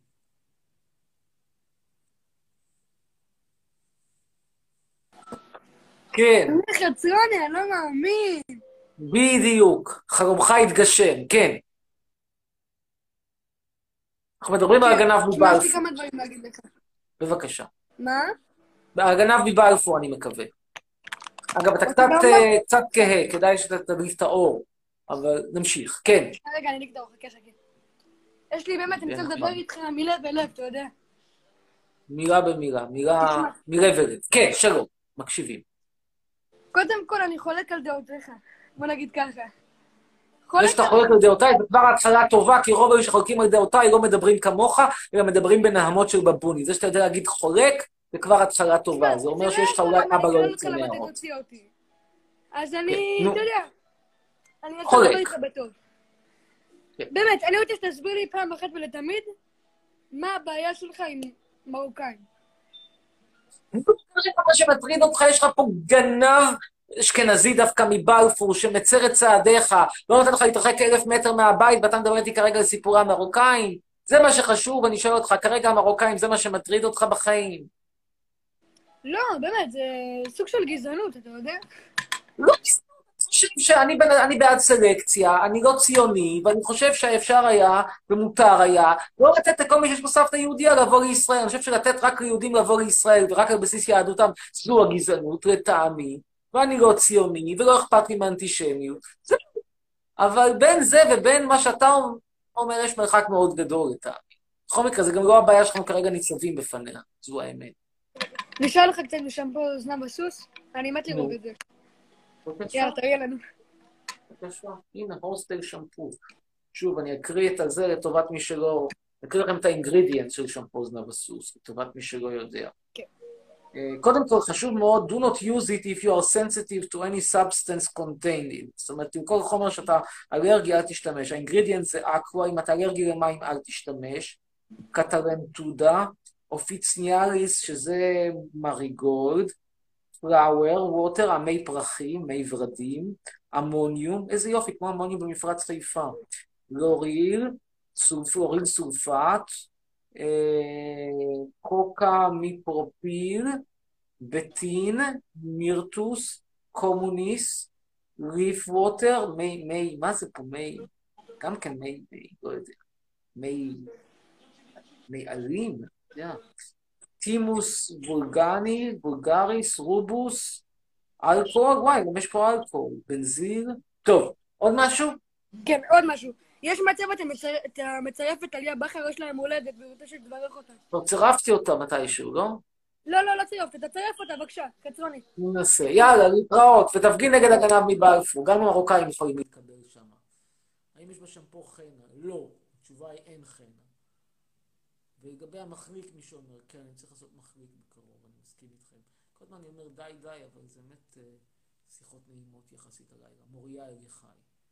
כן. חצרוני, אני לא מאמין. בדיוק, חלומך התגשם, כן. אנחנו מדברים על הגנב מבלפור. יש לי כמה דברים להגיד לך. בבקשה. מה? הגנב מבלפור, אני מקווה. אגב, אתה קצת כהה, כדאי שאתה תדליק את האור, אבל נמשיך, כן. רגע, אני אדליק את האור, חכה. יש לי באמת, אני צריך לדבר איתך מילה בלב, אתה יודע. מילה במילה, מילה ולב. כן, שלום, מקשיבים. קודם כל, אני חולק על דעותיך. בוא נגיד ככה. זה שאתה חולק על דעותיי, זה כבר התחלה טובה, כי רוב היו שחולקים על דעותיי לא מדברים כמוך, אלא מדברים בנהמות של בבוני. זה שאתה יודע להגיד חולק, זה כבר התחלה טובה. זה אומר שיש לך אולי אבא לא יוצא מהאות. אז אני, אתה יודע, אני רוצה לדבר איתך בטוב. באמת, אני רוצה שתסביר לי פעם אחת ולתמיד, מה הבעיה שלך עם מרוקאים. מה שמטריד אותך, יש לך פה גנב אשכנזי דווקא מבלפור, שמצר את צעדיך, לא נותן לך להתרחק 1,000 מטר מהבית, ואתה מדבר איתי כרגע על סיפורי המרוקאים. זה מה שחשוב, אני שואל אותך, כרגע המרוקאים זה מה שמטריד אותך בחיים. לא, באמת, זה סוג של גזענות, אתה יודע? לא גזענות, אני בעד סלקציה, אני לא ציוני, ואני חושב שאפשר היה, ומותר היה, לא לתת לכל מי שיש לו סבתא יהודיה לבוא לישראל. אני חושב שלתת רק ליהודים לבוא לישראל, ורק על בסיס יהדותם, זו הגזענות, לטעמי. ואני לא ציוני, ולא אכפת לי מאנטישמיות. אבל בין זה ובין מה שאתה אומר, יש מרחק מאוד גדול לטעמי. בכל מקרה, זה גם לא הבעיה שאנחנו כרגע ניצבים בפניה, זו האמת. נשאר לך קצת משמפו זנב בסוס? אני מת לראות את זה. יאללה, תראה לנו. בבקשה, הנה, הוסטל שמפו. שוב, אני אקריא את זה לטובת מי שלא... אקריא לכם את האינגרידיאנט של שמפו זנב בסוס, לטובת מי שלא יודע. כן. קודם כל, חשוב מאוד, do not use it if you are sensitive to any substance contained in. זאת אומרת, עם כל חומר שאתה אלרגי, אל תשתמש. האינגרידיאנט זה אקווה, אם אתה אלרגי למים, אל תשתמש. קטרנטודה, אופיציאליס, שזה מריגולד, פלאואר, ווטר, מי פרחים, מי ורדים, אמוניום, איזה יופי, כמו אמוניום במפרץ חיפה. לוריל, אוריל סולפט, קוקה מיפרופיל, בטין, מירטוס, קומוניס, ריף ווטר, מי, מה זה פה מי? גם כן מי, לא יודע. מי אלים, טימוס בולגריס, רובוס, אלכוהול, וואי, גם יש פה אלכוהול, בנזין. טוב, עוד משהו? כן, עוד משהו. יש מצב אתה מצרף את עליה בכר, יש להם הולדת, ורוצה שתברך אותה. לא, צירפתי אותה מתישהו, לא? לא צירפת, תצרף אותה, בבקשה, קצרוני. ננסה, יאללה, להתראות, ותפגין נגד הגנב מבלפור, גם המרוקאים יכולים להתקבל שם. האם יש בשמפו חנה? לא, התשובה היא אין חנה. ולגבי המחליק, מי שאומר, כן, אני צריך לעשות מחליק בקרוב, אני מסכים איתכם. כל הזמן אני אומר די, אבל זה באמת שיחות נעימות יחסית הלילה. מוריה אליחי.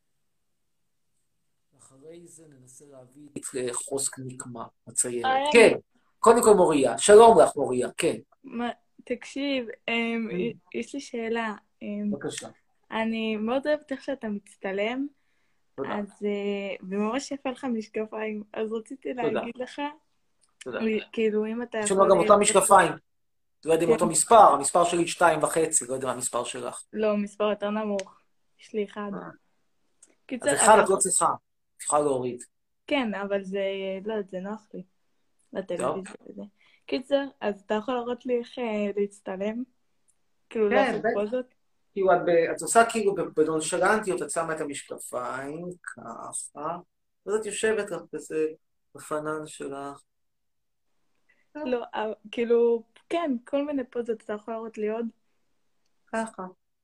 אחרי זה ננסה להביא את חוסק נקמה, מציינת. כן, קודם כל מוריה. שלום לך, מוריה, כן. תקשיב, יש לי שאלה. בבקשה. אני מאוד אוהבת איך שאתה מצטלם, אז, וממש יפה לך משקפיים, אז רציתי להגיד לך תודה. כאילו, אם אתה יש יכול לנו גם אותם להיות... משקפיים. לא יודע אם כן. אותו מספר, המספר שלי 2.5, לא יודע מה המספר שלך. לא, מספר יותר נמוך. יש לי אחד. אז קיצר, אחד אתה את לא יכול... צריכה. צריכה להוריד. כן, אבל זה, לא יודעת, זה נוח לי. טוב. לטלוויזיה וזה. קיצר, אז אתה יכול להראות לי איך להצטלם? כאילו, כן, לעשות בטח. פוזות? כאילו, את עושה כאילו בנונשלנטיות, את שמה את המשקפיים, ככה, ואז את יושבת לך כזה בפנן שלך. לא, כאילו, כן, כל מיני פוזות, אתה יכול להראות לי עוד? ככה.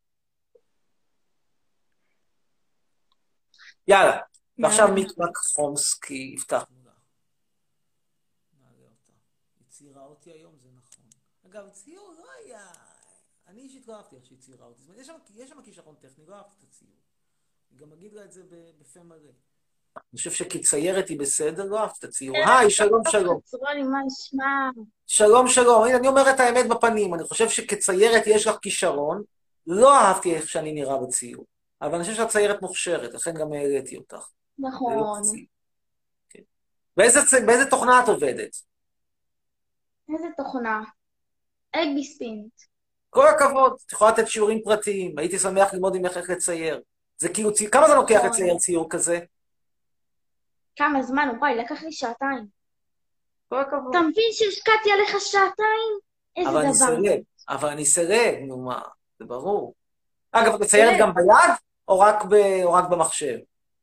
יאללה, ועכשיו יאללה. מיקרק חומסקי, הבטחנו לה. נעלה אותה. היא ציירה אותי היום, זה נכון. אגב, ציור לא היה... אני אישית לא אהבתי איך שהיא ציירה אותי. זאת אומרת, יש שם כישרון טכני, לא אהבתי את הציור. אני גם אגיד לה את זה בפה מלא. אני חושב שכציירת היא בסדר, לא אהבתי את הציור. היי, שלום, שלום. מה נשמע? שלום, שלום. הנה, אני אומר את האמת בפנים. אני חושב שכציירת יש לך כישרון. לא אהבתי איך שאני נראה בציור. אבל אני חושב שאת ציירת מוכשרת, לכן גם העליתי אותך. נכון. כן. באיזה תוכנה את עובדת? איזה תוכנה? אגבי ספינט. כל הכבוד, את יכולה לתת שיעורים פרטיים, הייתי שמח ללמוד ממך איך לצייר. זה כאילו, כמה זה לוקח לצייר ציור כזה? כמה זמן? וואי, לקח לי שעתיים. כל הכבוד. אתה מבין שהשקעתי עליך שעתיים? איזה דבר. אבל אני סירב, נו מה, זה ברור. אגב, את מציירת גם ביד, או רק במחשב?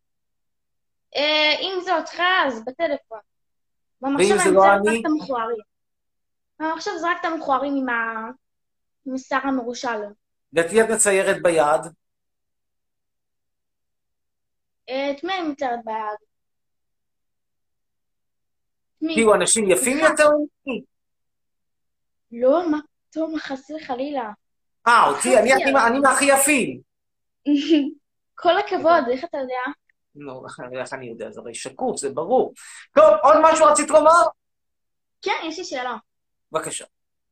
אם זה אותך, אז בטלפון. ואם במחשב זה אני לא מציירת אני? רק את המכוערים. במחשב זה רק את המכוערים עם השיער המרושל. ואת מי את מציירת ביד? את מי אני מציירת ביד? כאילו אנשים יפים יותר ממני? לא, מה פתאום, חס וחלילה. אותי, אני מהכי יפים. כל הכבוד, איך אתה יודע? לא, איך אני יודע, זה הרי שקוף, זה ברור. טוב, עוד משהו רצית לומר? כן, יש לי שאלה. בבקשה.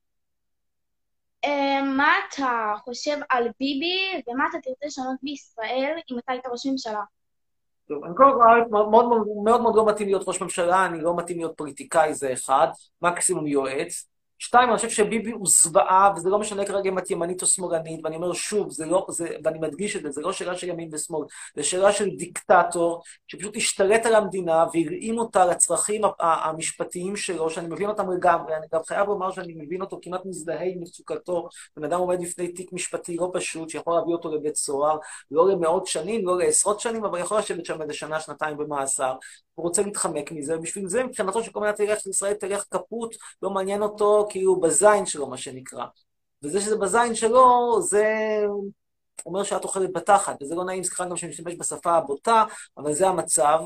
מה אתה חושב על ביבי, ומה אתה תרצה לשנות בישראל אם אתה היית ראש ממשלה? טוב, אני קודם כל מאוד מאוד לא מתאים להיות ראש ממשלה, אני לא מתאים להיות פוליטיקאי, זה אחד, מקסימום יועץ. שתיים, אני חושב שביבי הוא זוועה, וזה לא משנה כרגע אם את ימנית או שמאלנית, ואני אומר שוב, ואני מדגיש את זה, זה לא שאלה של ימין ושמאל, זה שאלה של דיקטטור, שפשוט השתלט על המדינה, והראים אותה לצרכים המשפטיים שלו, שאני מבין אותם לגמרי, אני גם חייב לומר שאני מבין אותו, כמעט מזדהה עם מצוקתו, בן אדם עומד לפני תיק משפטי לא פשוט, שיכול להביא אותו לבית סוהר, לא למאות שנים, לא לעשרות שנים, אבל יכול לשבת שם איזה שנה, שנתיים במאסר, הוא רוצה להתחמק מזה, ובשביל זה מבחינתו שכל מדינת ישראל תלך כפות, לא מעניין אותו כאילו בזין שלו, מה שנקרא. וזה שזה בזין שלו, זה אומר שאת אוכלת בתחת, וזה לא נעים, סליחה גם שאני משתמש בשפה הבוטה, אבל זה המצב,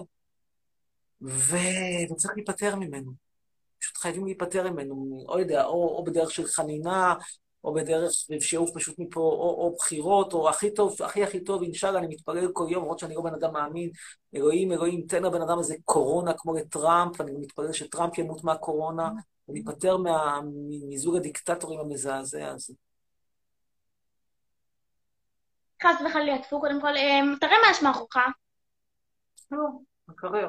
וצריך להיפטר ממנו. פשוט חייבים להיפטר ממנו, או יודע, או בדרך של חנינה, או בדרך שיעוף פשוט מפה, או בחירות, או הכי טוב, הכי טוב, אינשאללה, אני מתפלל כל יום, למרות שאני לא בן אדם מאמין, אלוהים, תן לבן אדם הזה קורונה כמו לטראמפ, אני מתפלל שטראמפ ימות מהקורונה, וניפטר מזוג הדיקטטורים המזעזע הזה. חס וחלילה, תפו קודם כל, תראה מה יש מאחורך. לא, מקרר.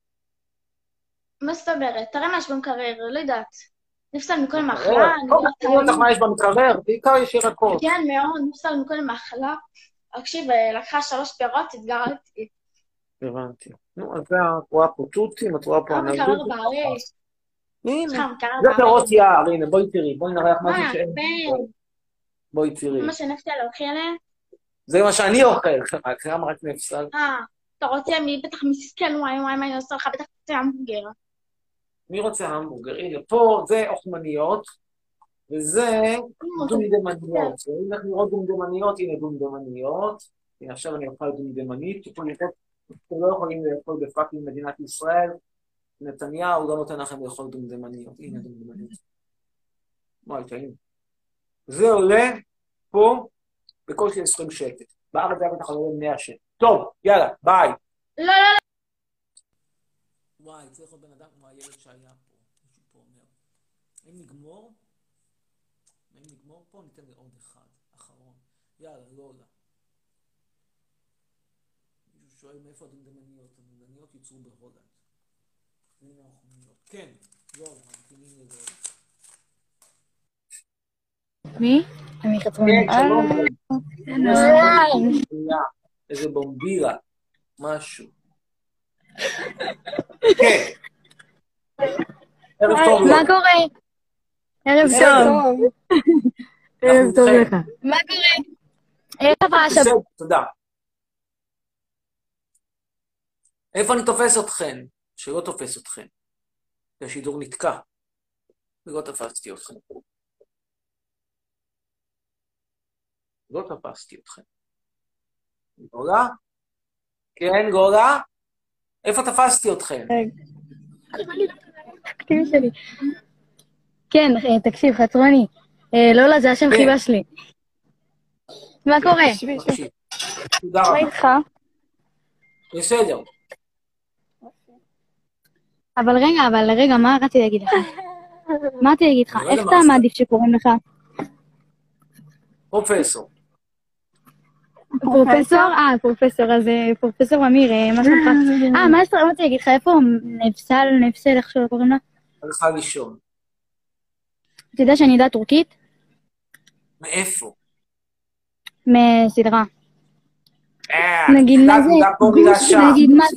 מה זאת אומרת? תראה מה יש במקרר, לא יודעת. נפסל מכל מחלה. תראי אותך מה יש במקרר, בעיקר יש ירקות. כן, מאוד, נפסל מכל מחלה. תקשיב, לקחה 3 פירות, התגרדתי. הבנתי. נו, אז את רואה פה תותים, את רואה פה ענבים. מקרר בארץ. הנה, זה פירות יער, הנה, בואי תראי, בואי נראה לך משהו שאין. בואי תראי. מה שנפסל אוכל? זה מה שאני אוכל, כמה רק נפסל. אתה רוצה, מי בטח מסכן, וואי, מה אני עושה לך, בטח רוצה המבוגר. מי רוצה המבוגר? הנה, פה זה אוכמניות, וזה דומדמניות. אם אנחנו לראות דומדמניות, הנה דומדמניות. הנה, עכשיו אני אוכל דומדמנית. אתם לא יכולים לאכול בפאקינג מדינת ישראל. נתניהו לא נותן לכם לאכול דומדמניות. הנה דומדמניות. וואי, טעים. זה עולה פה בקושי 20 שקל. בארץ זה בטח עולה 100 שקל. טוב, יאללה, ביי. לא. וואי, צריך עוד בן אדם כמו הילד שהיה פה. מישהו פה אומר. אם נגמור פה, ניתן לעוד אחד, אחרון. יאללה, לא עולה. מישהו שואל מאיפה הדומדמניות. הדומדמניות ייצרו בהולנד. הנה האוכמניות. כן. גול, ממתינים לגול. מי? אני חצרוני. כן, שלום. איזה בומבירה, משהו. כן. ערב טוב. מה קורה? ערב טוב. ערב טוב לך. מה קורה? איך עברה השבת? תודה. איפה אני תופס אתכן? שלא תופס אתכן. השידור נתקע. ולא תפסתי אתכן. לא תפסתי אתכן. גולה? כן, גולה? איפה תפסתי אתכן? תקשיב שלי. כן, תקשיב, חצרוני. לא, זה השם חיבה שלי. מה קורה? תודה רבה. מה איתך? בסדר. אבל רגע, מה רציתי להגיד לך? מה רציתי להגיד לך? איך אתה מעדיף שקוראים לך? פרופסור. פרופסור? פרופסור, אז פרופסור אמיר, מה שלומך? מה רציתי להגיד לך? איפה נפסל, איך שלא קוראים לה? הלכה לישון. אתה יודע שאני יודעת טורקית? מאיפה? מסדרה. נגיד מה זה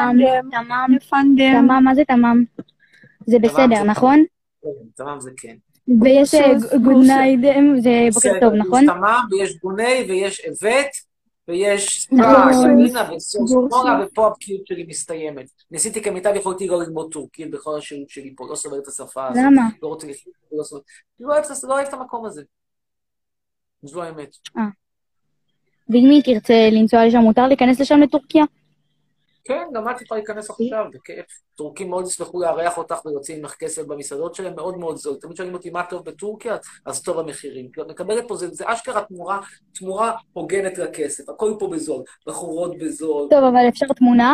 תמם, מה זה תמם? זה בסדר, נכון? תמם זה כן. ויש גודניי, זה בוקר טוב, נכון? יש תמם ויש גוני ויש אבט ויש ספינה וסורסורה, ופה הבקיאות שלי מסתיימת. ניסיתי כמיטב יכולתי לא ללמוד טורקית בכל השירות שלי פה, לא סובל את השפה הזאת. למה? לא רוצה לחיות, לא אוהב את המקום הזה. זו האמת. ואם היא תרצה לנסוע לשם, מותר להיכנס לשם לטורקיה? כן, גם את יכולה להיכנס עכשיו, בכיף. טורקים מאוד ישמחו לארח אותך ויוצאים ממך כסף במסעדות שלהם, מאוד מאוד זול. תמיד שואלים אותי מה טוב בטורקיה, אז טוב המחירים. מקבלת פה, זה אשכרה תמורה הוגנת לכסף. הכל פה בזול, בחורות בזול. טוב, אבל אפשר תמונה?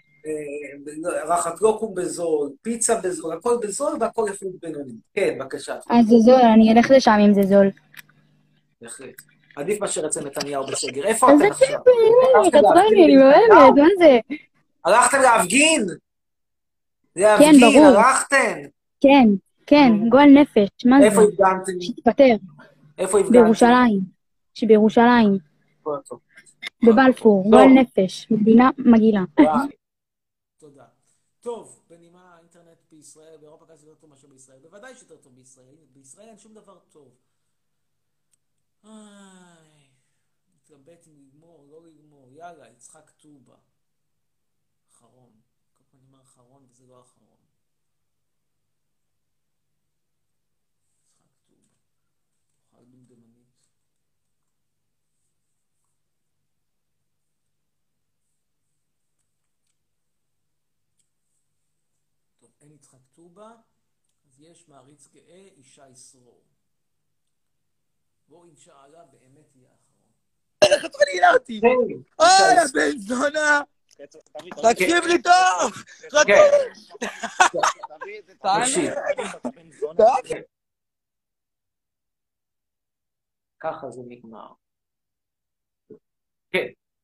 רחת לוקום בזול, פיצה בזול, הכל בזול והכל איכות בינוני. כן, בבקשה. אז זה זול, אני אלך לשם אם זה זול. בהחלט. עדיף מאשר אצל נתניהו בסגר. איפה אתם עכשיו? אני באמת, מה זה? הלכתם להפגין? כן, ברור. הלכתם? כן, גועל נפש, מה זה? איפה הפגנתם? שהתפטר. איפה הפגנתם? בירושלים. שבירושלים. בבלפור, גועל נפש, מדינה מגעילה. תודה. טוב, בנימה האינטרנט בישראל, באירופה כזה יותר טוב מאשר בישראל. בוודאי שיותר טוב בישראל. בישראל אין שום דבר טוב. מתלבט אם לגמור, לא לגמור. יאללה, יצחק טובה. אחרון. כל פעם אני אומר אחרון וזה לא אחרון. יצחק טובה. אוכל דמדמנית. טוב, אין יצחק טובה, אז יש מעריץ גאה, אישה ישרור. בואו אינשאללה באמת יהיה האחרון. חצרוני הילרתי! אוי, הבן זונה! תקשיב לי טוב! תקשיב. ככה זה נגמר. כן.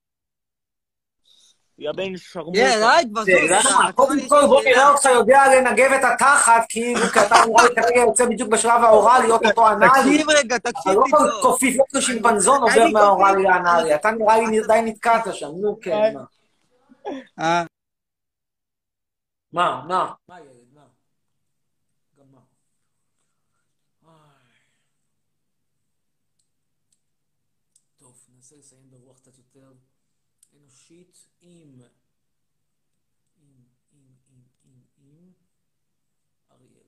יא בן שרמוטה. קודם כל בוא נראה אותך יודע לנגב את התחת, כאילו כי אתה נראה לי כרגע יוצא בדיוק בשלב האורלי, להיות אותו אנלי. תקשיב רגע, תקשיב לי טוב. אתה לא קופיף, לא שימפנזון עובר מהאורלי לאנלי. אתה נראה לי די נתקעת שם, נו כן, מה? מה? מה ילד, מה? גם מה? טוב, ננסה לסיים ברוח קצת יותר אנושית עם אריאל.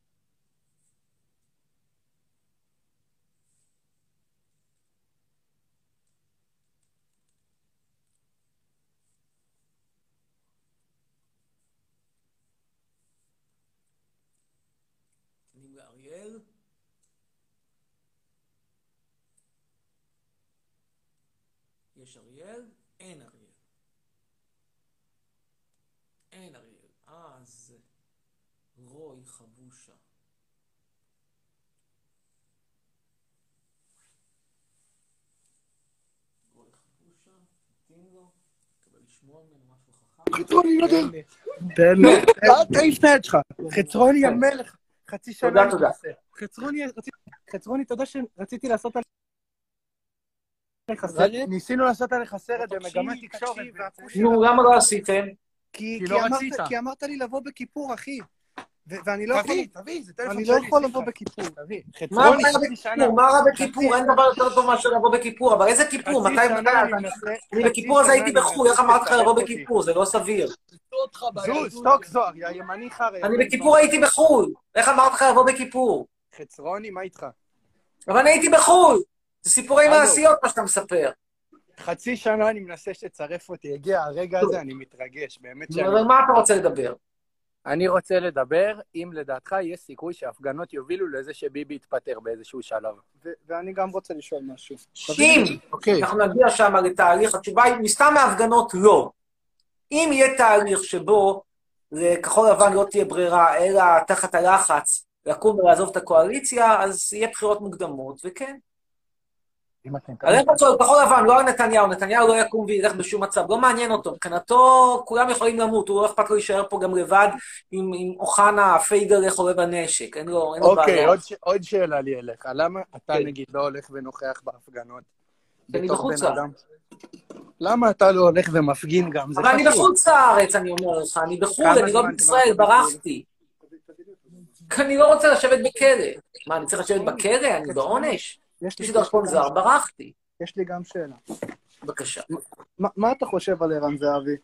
תנים לאריאל. יש אריאל? אין אריאל. אין אריאל. אז רוי חבושה. רוי חבושה, נתאים לו, נקבל לשמוע ממנו משהו חכם. חצרוני, לא יודע. תן לו. אל תעיף את היד שלך. חצרוני המלך. חצי שנה. תודה. חצרוני, תודה שרציתי לעשות עליך סרט. ניסינו לעשות עליך סרט במגמת תקשורת. נו, למה לא עשיתם? כי אמרת לי לבוא בכיפור, אחי. ואני לא יכול לבוא בכיפור. מה רע בכיפור? אין דבר יותר טוב מאשר לבוא בכיפור, אבל איזה כיפור? מתי? אני בכיפור הזה הייתי בחו"ל, איך אמרת לך לבוא בכיפור? זה לא סביר. סטוק זוהר, יא ימני חרא. אני בכיפור הייתי בחו"ל, איך אמרת לך לבוא בכיפור? חצרוני, מה איתך? אבל אני הייתי בחו"ל, זה סיפורי מעשיות מה שאתה מספר. חצי שנה אני מנסה שתצרף אותי, הגיע הרגע הזה, אני מתרגש, באמת שאני... אבל מה אתה רוצה לדבר? אני רוצה לדבר אם לדעתך יש סיכוי שההפגנות יובילו לזה שביבי יתפטר באיזשהו שלב. ואני גם רוצה לשאול משהו. אם אנחנו נגיע שם לתהליך, התשובה היא מסתם ההפגנות לא. אם יהיה תהליך שבו לכחול לבן לא תהיה ברירה, אלא תחת הלחץ לקום ולעזוב את הקואליציה, אז יהיה בחירות מוקדמות, וכן. הלחץ הוא כחול לבן, לא על נתניהו, נתניהו לא יקום וילך בשום מצב, לא מעניין אותו, מבחינתו כולם יכולים למות, הוא לא אכפת לו להישאר פה גם לבד עם אוחנה, פייגל חולה בנשק, אין לו בעיה. אוקיי, עוד שאלה לי אליך, למה אתה נגיד לא הולך ונוכח בהפגנות? אני בחוץ לארץ. למה אתה לא הולך ומפגין גם? אבל אני בחוץ לארץ, אני אומר לך, אני בחו"ל, אני לא בישראל, ברחתי. אני לא רוצה לשבת בכלא. מה, אני צריך לשבת בכלא? אני בעונש? יש לי דרכון זר, ברחתי. יש לי גם שאלה. בבקשה. מה אתה חושב על ערן זהבי?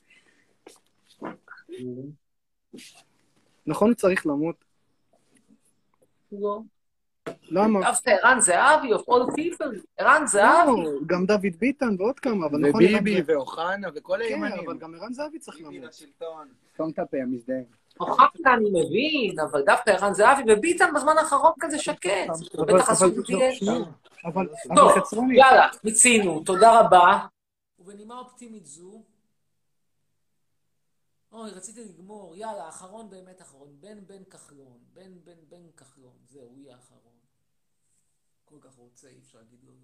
נכון, הוא צריך למות? לא. למה? דווקא ערן זהבי, of all people, ערן זהבי. גם דוד ביטן ועוד כמה, אבל נכון... וביבי ואוחנה וכל הימנים. כן, אבל גם ערן זהבי צריך למות. ביבי לשלטון. סתום את הפה, המזדהים. אוחנה אני מבין, אבל דווקא ערן זהבי וביטן בזמן האחרון כזה שקט. בטח עשו תהיה. טוב, יאללה, מיצינו, תודה רבה. ובנימה אופטימית זו, אוי, רציתי לגמור, יאללה, אחרון באמת אחרון, בן כחלון, בן כחלון, זהו, הוא יהיה האחרון. כל כך רוצה, אי אפשר להגיד לו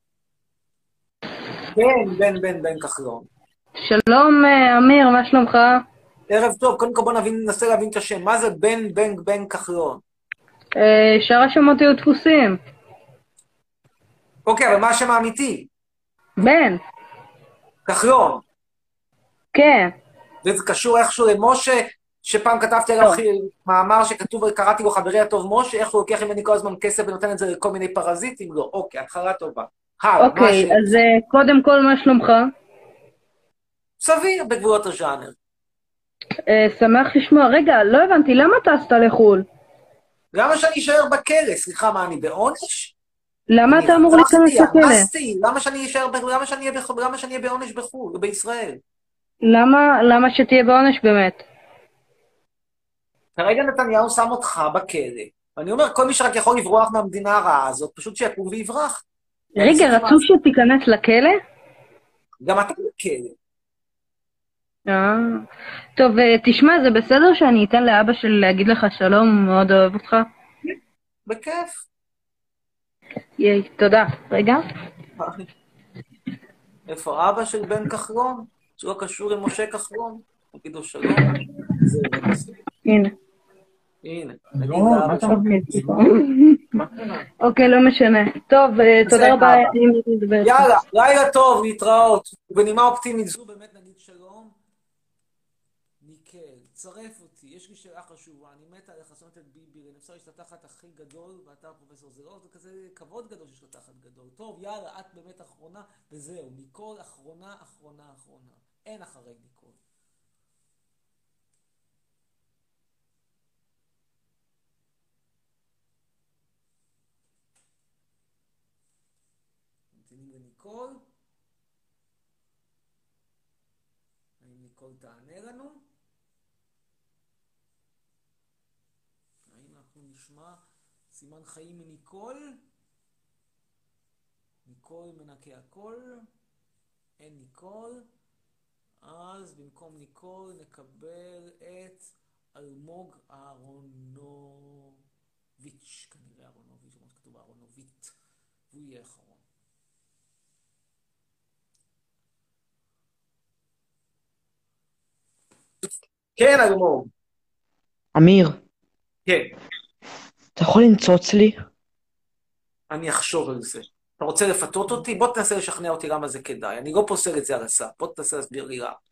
לא. בן כחלון. שלום, אמיר, מה שלומך? ערב טוב, קודם כל בוא ננסה להבין את השם, מה זה בן כחלון? שאר השמות היו דפוסים. אוקיי, אבל מה השם האמיתי? בן. כחלון. כן. וזה קשור איכשהו למשה, שפעם כתבתי עליו מאמר שכתוב, קראתי לו חברי הטוב משה, איך הוא לוקח ממני כל הזמן כסף ונותן את זה לכל מיני פרזיטים? לא, אוקיי, התחלה טובה. אוקיי, אז קודם כל מה שלומך? סביר בגבולות הז'אנר. שמח לשמוע. רגע, לא הבנתי, למה טסת לחו"ל? למה שאני אשאר בכלא? סליחה, מה, אני בעונש? למה אתה אמור להיכנס לכלא? למה שאני אהיה בעונש בחו"ל, בישראל? למה שתהיה בעונש באמת? כרגע נתניהו שם אותך בכלא, ואני אומר, כל מי שרק יכול לברוח מהמדינה הרעה הזאת, פשוט שיקום ויברח. רגע, רצו שתיכנס לכלא? גם אתה בכלא. טוב, תשמע, זה בסדר שאני אתן לאבא שלי להגיד לך שלום, מאוד אוהב אותך? בכיף. ייי, תודה. רגע. איפה אבא של בן כחלון? שלא קשור עם משה כחלון? תגידו שלום. הנה. הנה. אוקיי, לא משנה. טוב, תודה רבה. יאללה, לילה טוב, להתראות. ובנימה אופטימית זו באמת נגיד שלום. ניקל, צרף אותי, יש לי שאלה חשובה, אני מתה עליך, שונאת את ביבי, אני אפשר לשת תחת הכי גדול, ואתה פרופסור זלור, זה כזה כבוד גדול שיש לו תחת גדול. טוב, יאללה, את באמת אחרונה, וזהו, ניקול אחרונה. אין אחרי ניקול. נתנים לניקול. האם ניקול תענה לנו? האם אנחנו נשמע סימן חיים מניקול? ניקול מנקה הכל? אין ניקול? אז במקום ניקול נקבל את אלמוג אהרונוביץ', כנראה אהרונוביץ', כמו שכתוב אהרונובית, והוא יהיה אחרון. כן, אלמוג. אמיר, כן, אתה יכול לנצוץ לי? אני אחשוב על זה. אתה רוצה לפתות אותי? בוא תנסה לשכנע אותי למה זה כדאי. אני לא פוסל את זה על הסף. בוא תנסה להסביר לי למה.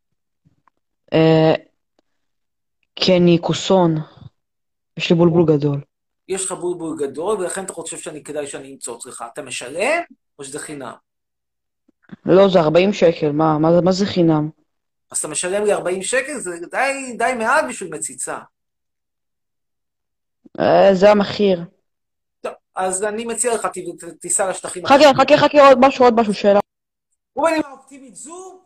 כי אני כוסון. יש לי בולבול גדול. יש לך בולבול גדול, ולכן אתה חושב כדאי שאני אמצוץ לך. אתה משלם, או שזה חינם? לא, זה 40 שקל, מה זה חינם? אז אתה משלם לי 40 שקל, זה די מעט בשביל מציצה. זה המחיר. טוב, אז אני מציע לך, תיסע לשטחים. חכה, עוד משהו, שאלה. ובנימה אופטימית זו,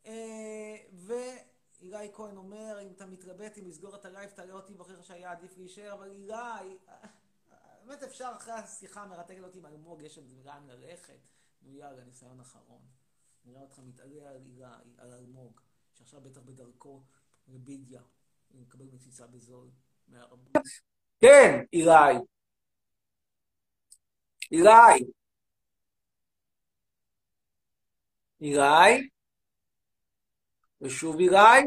ואילי כהן אומר, אם אתה מתלבט אם לסגור את הלייב, תעלה אותי בחיר שהיה עדיף להישאר, אבל אילי, באמת אפשר אחרי השיחה המרתקת אותי עם אלמוג, יש שם לאן ללכת. נו יאללה, ניסיון אחרון. נראה אותך מתעלה על אילי, על אלמוג, שעכשיו בטח בדרכו לבידיה, הוא מקבל מציצה בזול. כן, אילי. אילי? ושוב אילי?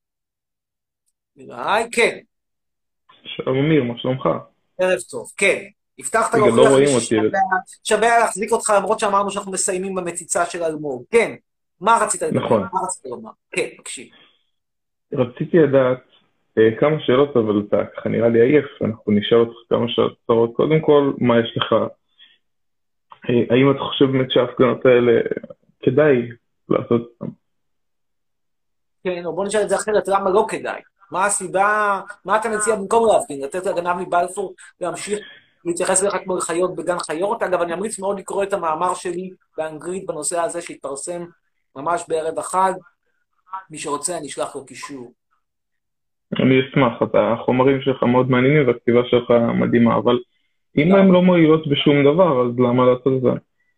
כן. שלום אמיר, מה שלומך? ערב טוב, כן. הבטחת רגע, לא רואים אותי. שווה להחזיק אותך, למרות שאמרנו שאנחנו מסיימים במציצה של אלמוג. כן. מה רצית לדבר? נכון. מה רצית לומר? כן, מקשיב. רציתי לדעת כמה שאלות, אבל אתה ככה נראה לי עייף, אנחנו נשאל אותך כמה שאלות. קודם כל, מה יש לך? האם אתה חושב באמת שההפגנות האלה כדאי לעשות אותם? כן, בוא נשאל את זה אחרת, למה לא כדאי? מה הסיבה, מה אתה מציע במקום להפגין? לתת לגנב מבלפור להמשיך להתייחס אליך כמו לחיות בגן חיות? אגב, אני אמליץ מאוד לקרוא את המאמר שלי באנגלית בנושא הזה שהתפרסם ממש בערב החג. מי שרוצה, אני אשלח לו קישור. אני אשמח, החומרים שלך מאוד מעניינים והכתיבה שלך מדהימה, אבל אם הם לא מועילות בשום דבר, אז למה לעשות את זה?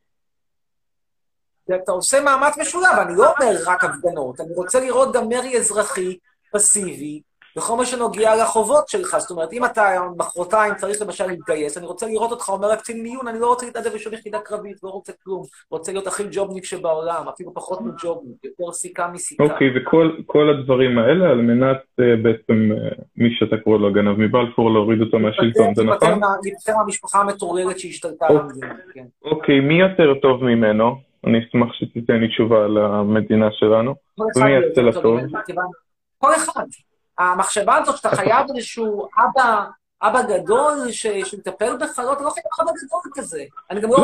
אתה עושה מאמץ משולב, אני לא אומר רק הפגנות, אני רוצה לראות גם מרי אזרחי, פסיבי, בכל מה שנוגע לחובות שלך. זאת אומרת, אם אתה מחרתיים צריך למשל להתגייס, אני רוצה לראות אותך אומר לקצין מיון, אני לא רוצה להתנדב בשום יחידה קרבית, לא רוצה כלום, רוצה להיות הכי ג'ובניק שבעולם, אפילו פחות מג'ובניק, יותר סיכה מסיכה. אוקיי, וכל הדברים האלה על מנת בעצם מי שאתה קורא לו גנב מבלפור להוריד אותו מהשלטון, זה נכון? להתפטר מהמשפחה המטורללת שהשתלטה על המדינה, כן. אוקיי, מי יותר טוב ממנו? אני אשמח שתיתן לי תשובה על המדינה שלנו. ומי יעשה לטוב? כל אחד. המחשבה הזאת שאתה חייב איזשהו אבא גדול שמטפל בך, לא חייב אבא גדול כזה. אני גם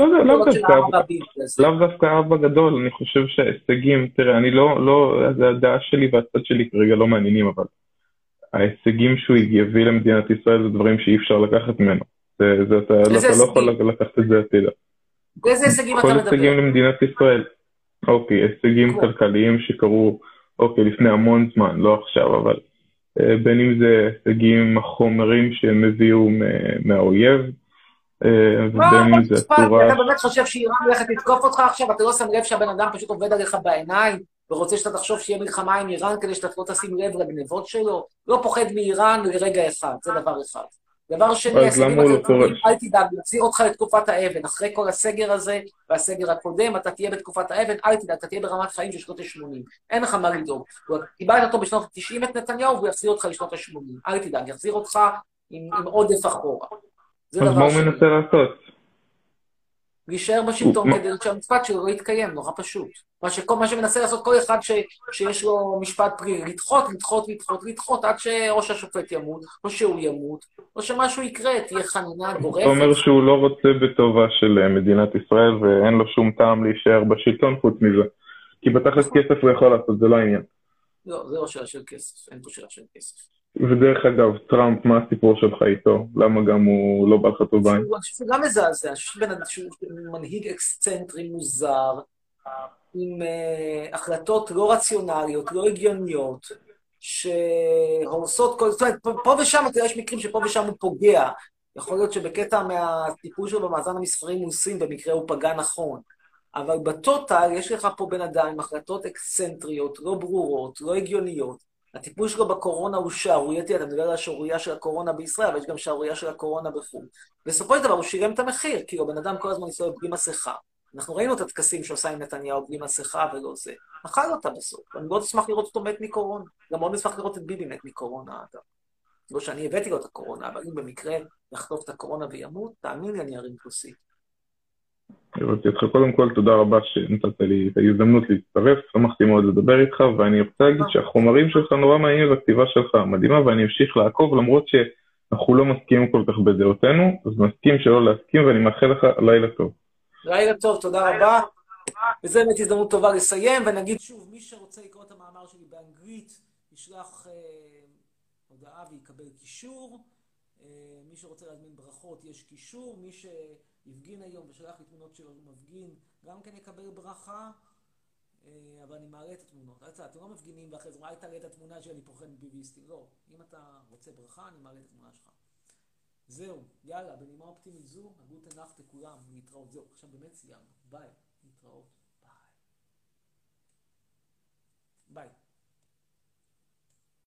לא דווקא אבא גדול, אני חושב שההישגים, תראה, אני לא, זה הדעה שלי והצד שלי כרגע לא מעניינים, אבל ההישגים שהוא יביא למדינת ישראל זה דברים שאי אפשר לקחת ממנו. אתה לא יכול לקחת את זה הצידה. באיזה הישגים אתה מדבר? כל הישגים למדינת ישראל. אוקיי, הישגים כלכליים שקרו, אוקיי, לפני המון זמן, לא עכשיו, אבל בין אם זה הישגים החומרים שהם הביאו מהאויב, ובין אם זה הצורה... אתה באמת חושב שאיראן הולכת לתקוף אותך עכשיו? אתה לא שם לב שהבן אדם פשוט עובד עליך בעיניים, ורוצה שאתה תחשוב שיהיה מלחמה עם איראן כדי שאתה לא תשים לב לגנבות שלו? לא פוחד מאיראן לרגע אחד, זה דבר אחד. דבר שני, אל תדאג, נחזיר אותך לתקופת האבן. אחרי כל הסגר הזה והסגר הקודם, אתה תהיה בתקופת האבן, אל תדאג, אתה תהיה ברמת חיים של שנות ה-80. אין לך מה לדאוג. קיבלת אותו בשנות ה-90 את נתניהו, והוא יחזיר אותך לשנות ה-80. אל תדאג, יחזיר אותך עם עודף אחורה. אז מה הוא מנסה לעשות? להישאר בשלטון כדי שהמשפט שלו לא יתקיים, נורא פשוט. מה שמנסה לעשות כל אחד שיש לו משפט פלילי, לדחות, עד שאו שהשופט ימות, או שהוא ימות, או שמשהו יקרה, תהיה חנינה גורפת. אתה אומר שהוא לא רוצה בטובה של מדינת ישראל, ואין לו שום טעם להישאר בשלטון חוץ מזה. כי בתכלס כסף הוא יכול לעשות, זה לא העניין. לא, זה לא שאלה של כסף, אין פה שאלה של כסף. ודרך אגב, טראמפ, מה הסיפור שלך איתו? למה גם הוא לא בא לך טוב בעין? אני חושב שזה גם מזעזע, אני חושב שבן אדם שהוא מנהיג אקסצנטרי מוזר, עם החלטות לא רציונליות, לא הגיוניות, שהורסות כל... זאת אומרת, פה ושם, יש מקרים שפה ושם הוא פוגע. יכול להיות שבקטע מהטיפול שלו במאזן המספרי מוסים, במקרה הוא פגע נכון. אבל בטוטל יש לך פה בן אדם עם החלטות אקסצנטריות, לא ברורות, לא הגיוניות. הטיפול שלו בקורונה הוא שערורייתי, אתה מדבר על השערורייה של הקורונה בישראל, אבל יש גם שערורייה של הקורונה בחו"ל. בסופו של דבר הוא שילם את המחיר, כי הבן אדם כל הזמן ניסוי בלי מסכה. אנחנו ראינו את הטקסים שעושה עם נתניהו בלי מסכה ולא זה. אכל אותה בסוף. אני מאוד אשמח לראות אותו מת מקורונה. גם מאוד אשמח לראות את ביבי מת מקורונה, אגב. לא שאני הבאתי לו את הקורונה, אבל אם במקרה יחטוף את הקורונה וימות, תאמין לי, אני ארים כוסית. הבנתי אותך. קודם כל, תודה רבה שנתת לי את ההזדמנות להצטרף. שמחתי מאוד לדבר איתך, ואני רוצה להגיד שהחומרים שלך נורא מעניינים והכתיבה שלך מדהימה, ואני אמשיך לעקוב, למרות שאנחנו לא מסכימים כל כך בדעותינו, אז מסכים שלא להסכים, ואני מאחל לך לילה טוב. לילה טוב, תודה רבה. וזו באמת הזדמנות טובה לסיים, ונגיד שוב, מי שרוצה לקרוא את המאמר שלי באנגלית, ישלח הודעה ויקבל קישור. מי שרוצה להזמין ברכות, יש קישור. מי שיפגין היום ושלח לי תמונות שלו מפגין, גם כן יקבל ברכה. אבל אני מעלה את התמונות. אתם לא מפגינים ואחרי זה, אולי תעלה את התמונה שלי פוחד מביביסטים. לא, אם אתה רוצה ברכה, אני מעלה את התמונה שלך. זהו, יאללה, בנימה אופטימית זו, גוטן נאכט לכולם, להתראות. זהו, עכשיו באמת סיימנו. ביי, להתראות. ביי. ביי.